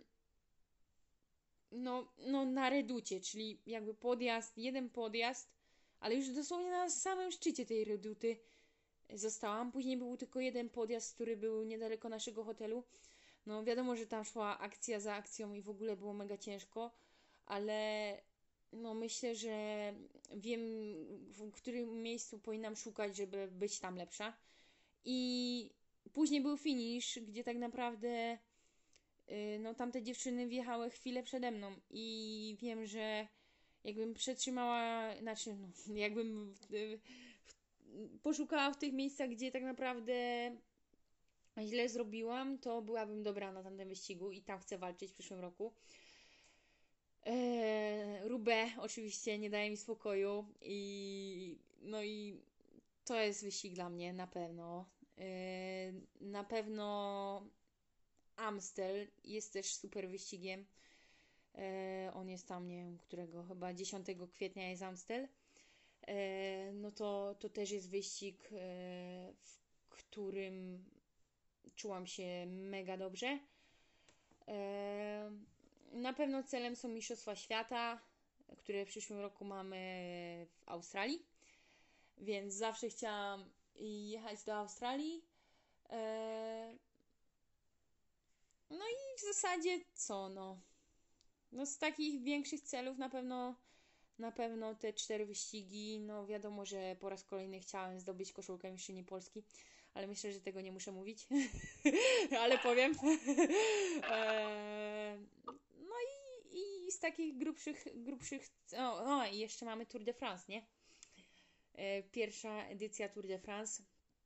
S2: no na reducie, czyli jakby jeden podjazd, ale już dosłownie na samym szczycie tej reduty zostałam. Później był tylko jeden podjazd, który był niedaleko naszego hotelu. No wiadomo, że tam szła akcja za akcją i w ogóle było mega ciężko, ale no myślę, że wiem, w którym miejscu powinnam szukać, żeby być tam lepsza. I później był finish, gdzie tak naprawdę no tamte dziewczyny wjechały chwilę przede mną i wiem, że jakbym przetrzymała, znaczy no, jakbym poszukała w tych miejscach, gdzie tak naprawdę źle zrobiłam, to byłabym dobra na tamtym wyścigu i tam chcę walczyć w przyszłym roku. Roubaix oczywiście nie daje mi spokoju i to jest wyścig dla mnie na pewno. Na pewno Amstel jest też super wyścigiem. On jest tam, nie wiem, którego, chyba 10 kwietnia jest Amstel. No to też jest wyścig, w którym czułam się mega dobrze. Na pewno celem są Mistrzostwa Świata, które w przyszłym roku mamy w Australii. Więc zawsze chciałam jechać do Australii. No i w zasadzie co, no z takich większych celów na pewno te 4 wyścigi, no wiadomo, że po raz kolejny chciałem zdobyć koszulkę mistrzyni Polski, ale myślę, że tego nie muszę mówić, ale powiem. No i z takich grubszych, i jeszcze mamy Tour de France, nie? Pierwsza edycja Tour de France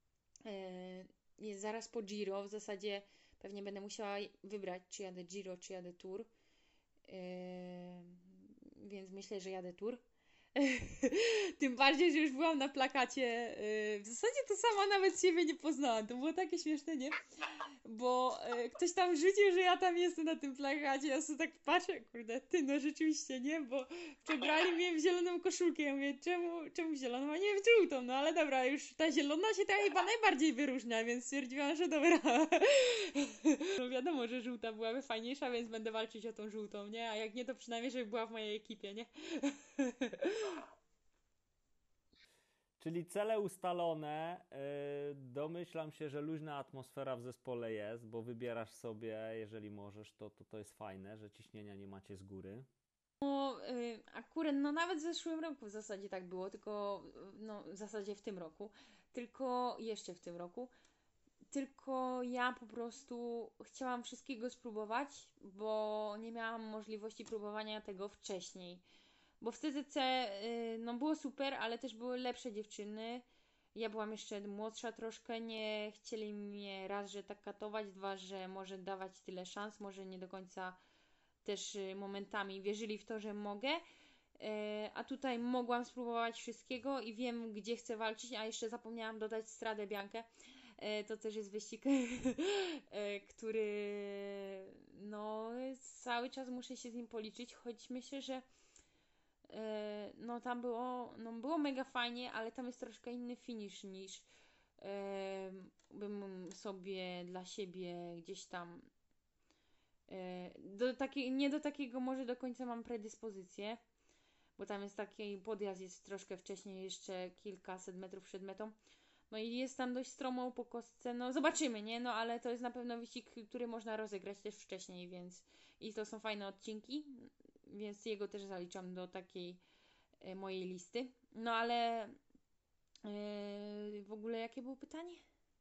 S2: jest zaraz po Giro, w zasadzie pewnie będę musiała wybrać, czy jadę Giro, czy jadę Tour. Więc myślę, że jadę Tour. Tym bardziej, że już byłam na plakacie. W zasadzie to sama nawet siebie nie poznałam. To było takie śmieszne, nie? Bo ktoś tam rzucił, że ja tam jestem na tym plakacie. Ja sobie tak patrzę, kurde, ty, no rzeczywiście, nie? Bo przebrali mnie w zieloną koszulkę. Ja mówię, czemu w zieloną, a nie w żółtą? No ale dobra, już ta zielona się ta chyba najbardziej wyróżnia, więc stwierdziłam, że dobra. No wiadomo, że żółta byłaby fajniejsza, więc będę walczyć o tą żółtą, nie? A jak nie, to przynajmniej, żeby była w mojej ekipie, nie?
S1: Czyli cele ustalone. Domyślam się, że luźna atmosfera w zespole jest, bo wybierasz sobie, jeżeli możesz, to jest fajne, że ciśnienia nie macie z góry.
S2: Akurat, no nawet w zeszłym roku w zasadzie tak było, tylko, no w zasadzie w tym roku, tylko jeszcze w tym roku, tylko ja po prostu chciałam wszystkiego spróbować, bo nie miałam możliwości próbowania tego wcześniej. Bo w TTC, no było super, ale też były lepsze dziewczyny. Ja byłam jeszcze młodsza troszkę, nie chcieli mnie raz, że tak katować, dwa, że może dawać tyle szans, może nie do końca też momentami wierzyli w to, że mogę. A tutaj mogłam spróbować wszystkiego i wiem, gdzie chcę walczyć, a jeszcze zapomniałam dodać Stradę Biankę. To też jest wyścig, który no cały czas muszę się z nim policzyć, choć myślę, że no tam było mega fajnie, ale tam jest troszkę inny finish niż bym sobie dla siebie gdzieś tam nie do takiego może do końca mam predyspozycję, bo tam jest taki podjazd jest troszkę wcześniej, jeszcze kilkaset metrów przed metą. No i jest tam dość stromo po kostce, no zobaczymy, nie? No ale to jest na pewno wyścig, który można rozegrać też wcześniej, więc i to są fajne odcinki, więc jego też zaliczam do takiej mojej listy. No ale w ogóle jakie było pytanie?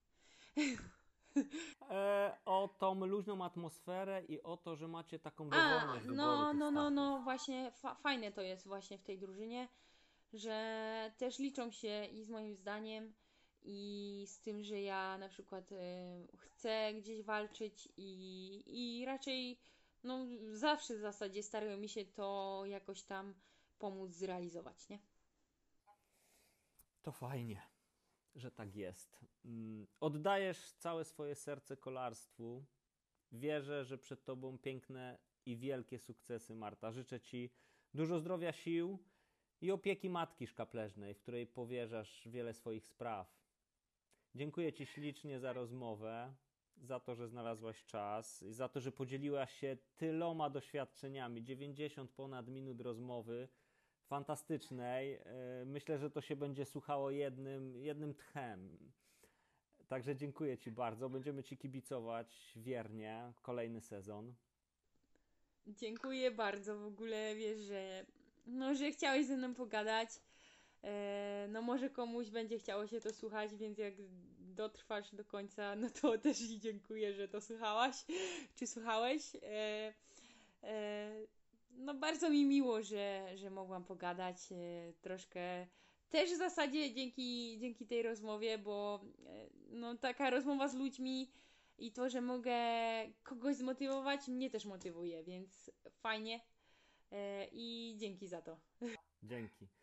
S1: O tą luźną atmosferę i o to, że macie taką dowolność wyboru tych startów.
S2: No, właśnie fajne to jest właśnie w tej drużynie, że też liczą się i z moim zdaniem i z tym, że ja na przykład chcę gdzieś walczyć i raczej no zawsze w zasadzie starają mi się to jakoś tam pomóc zrealizować, nie?
S1: To fajnie, że tak jest. Oddajesz całe swoje serce kolarstwu. Wierzę, że przed tobą piękne i wielkie sukcesy, Marta. Życzę ci dużo zdrowia, sił i opieki matki szkapleżnej, w której powierzasz wiele swoich spraw. Dziękuję ci ślicznie za rozmowę, za to, że znalazłaś czas i za to, że podzieliłaś się tyloma doświadczeniami. 90 ponad minut rozmowy fantastycznej. Myślę, że to się będzie słuchało jednym tchem. Także dziękuję ci bardzo. Będziemy ci kibicować wiernie kolejny sezon.
S2: Dziękuję bardzo. W ogóle wiesz, że no, że chciałeś ze mną pogadać. No może komuś będzie chciało się to słuchać, więc jak dotrwasz do końca, no to też ci dziękuję, że to słuchałaś, czy słuchałeś. No bardzo mi miło, że mogłam pogadać troszkę. Też w zasadzie dzięki tej rozmowie, bo no taka rozmowa z ludźmi i to, że mogę kogoś zmotywować, mnie też motywuje, więc fajnie i dzięki za to.
S1: Dzięki.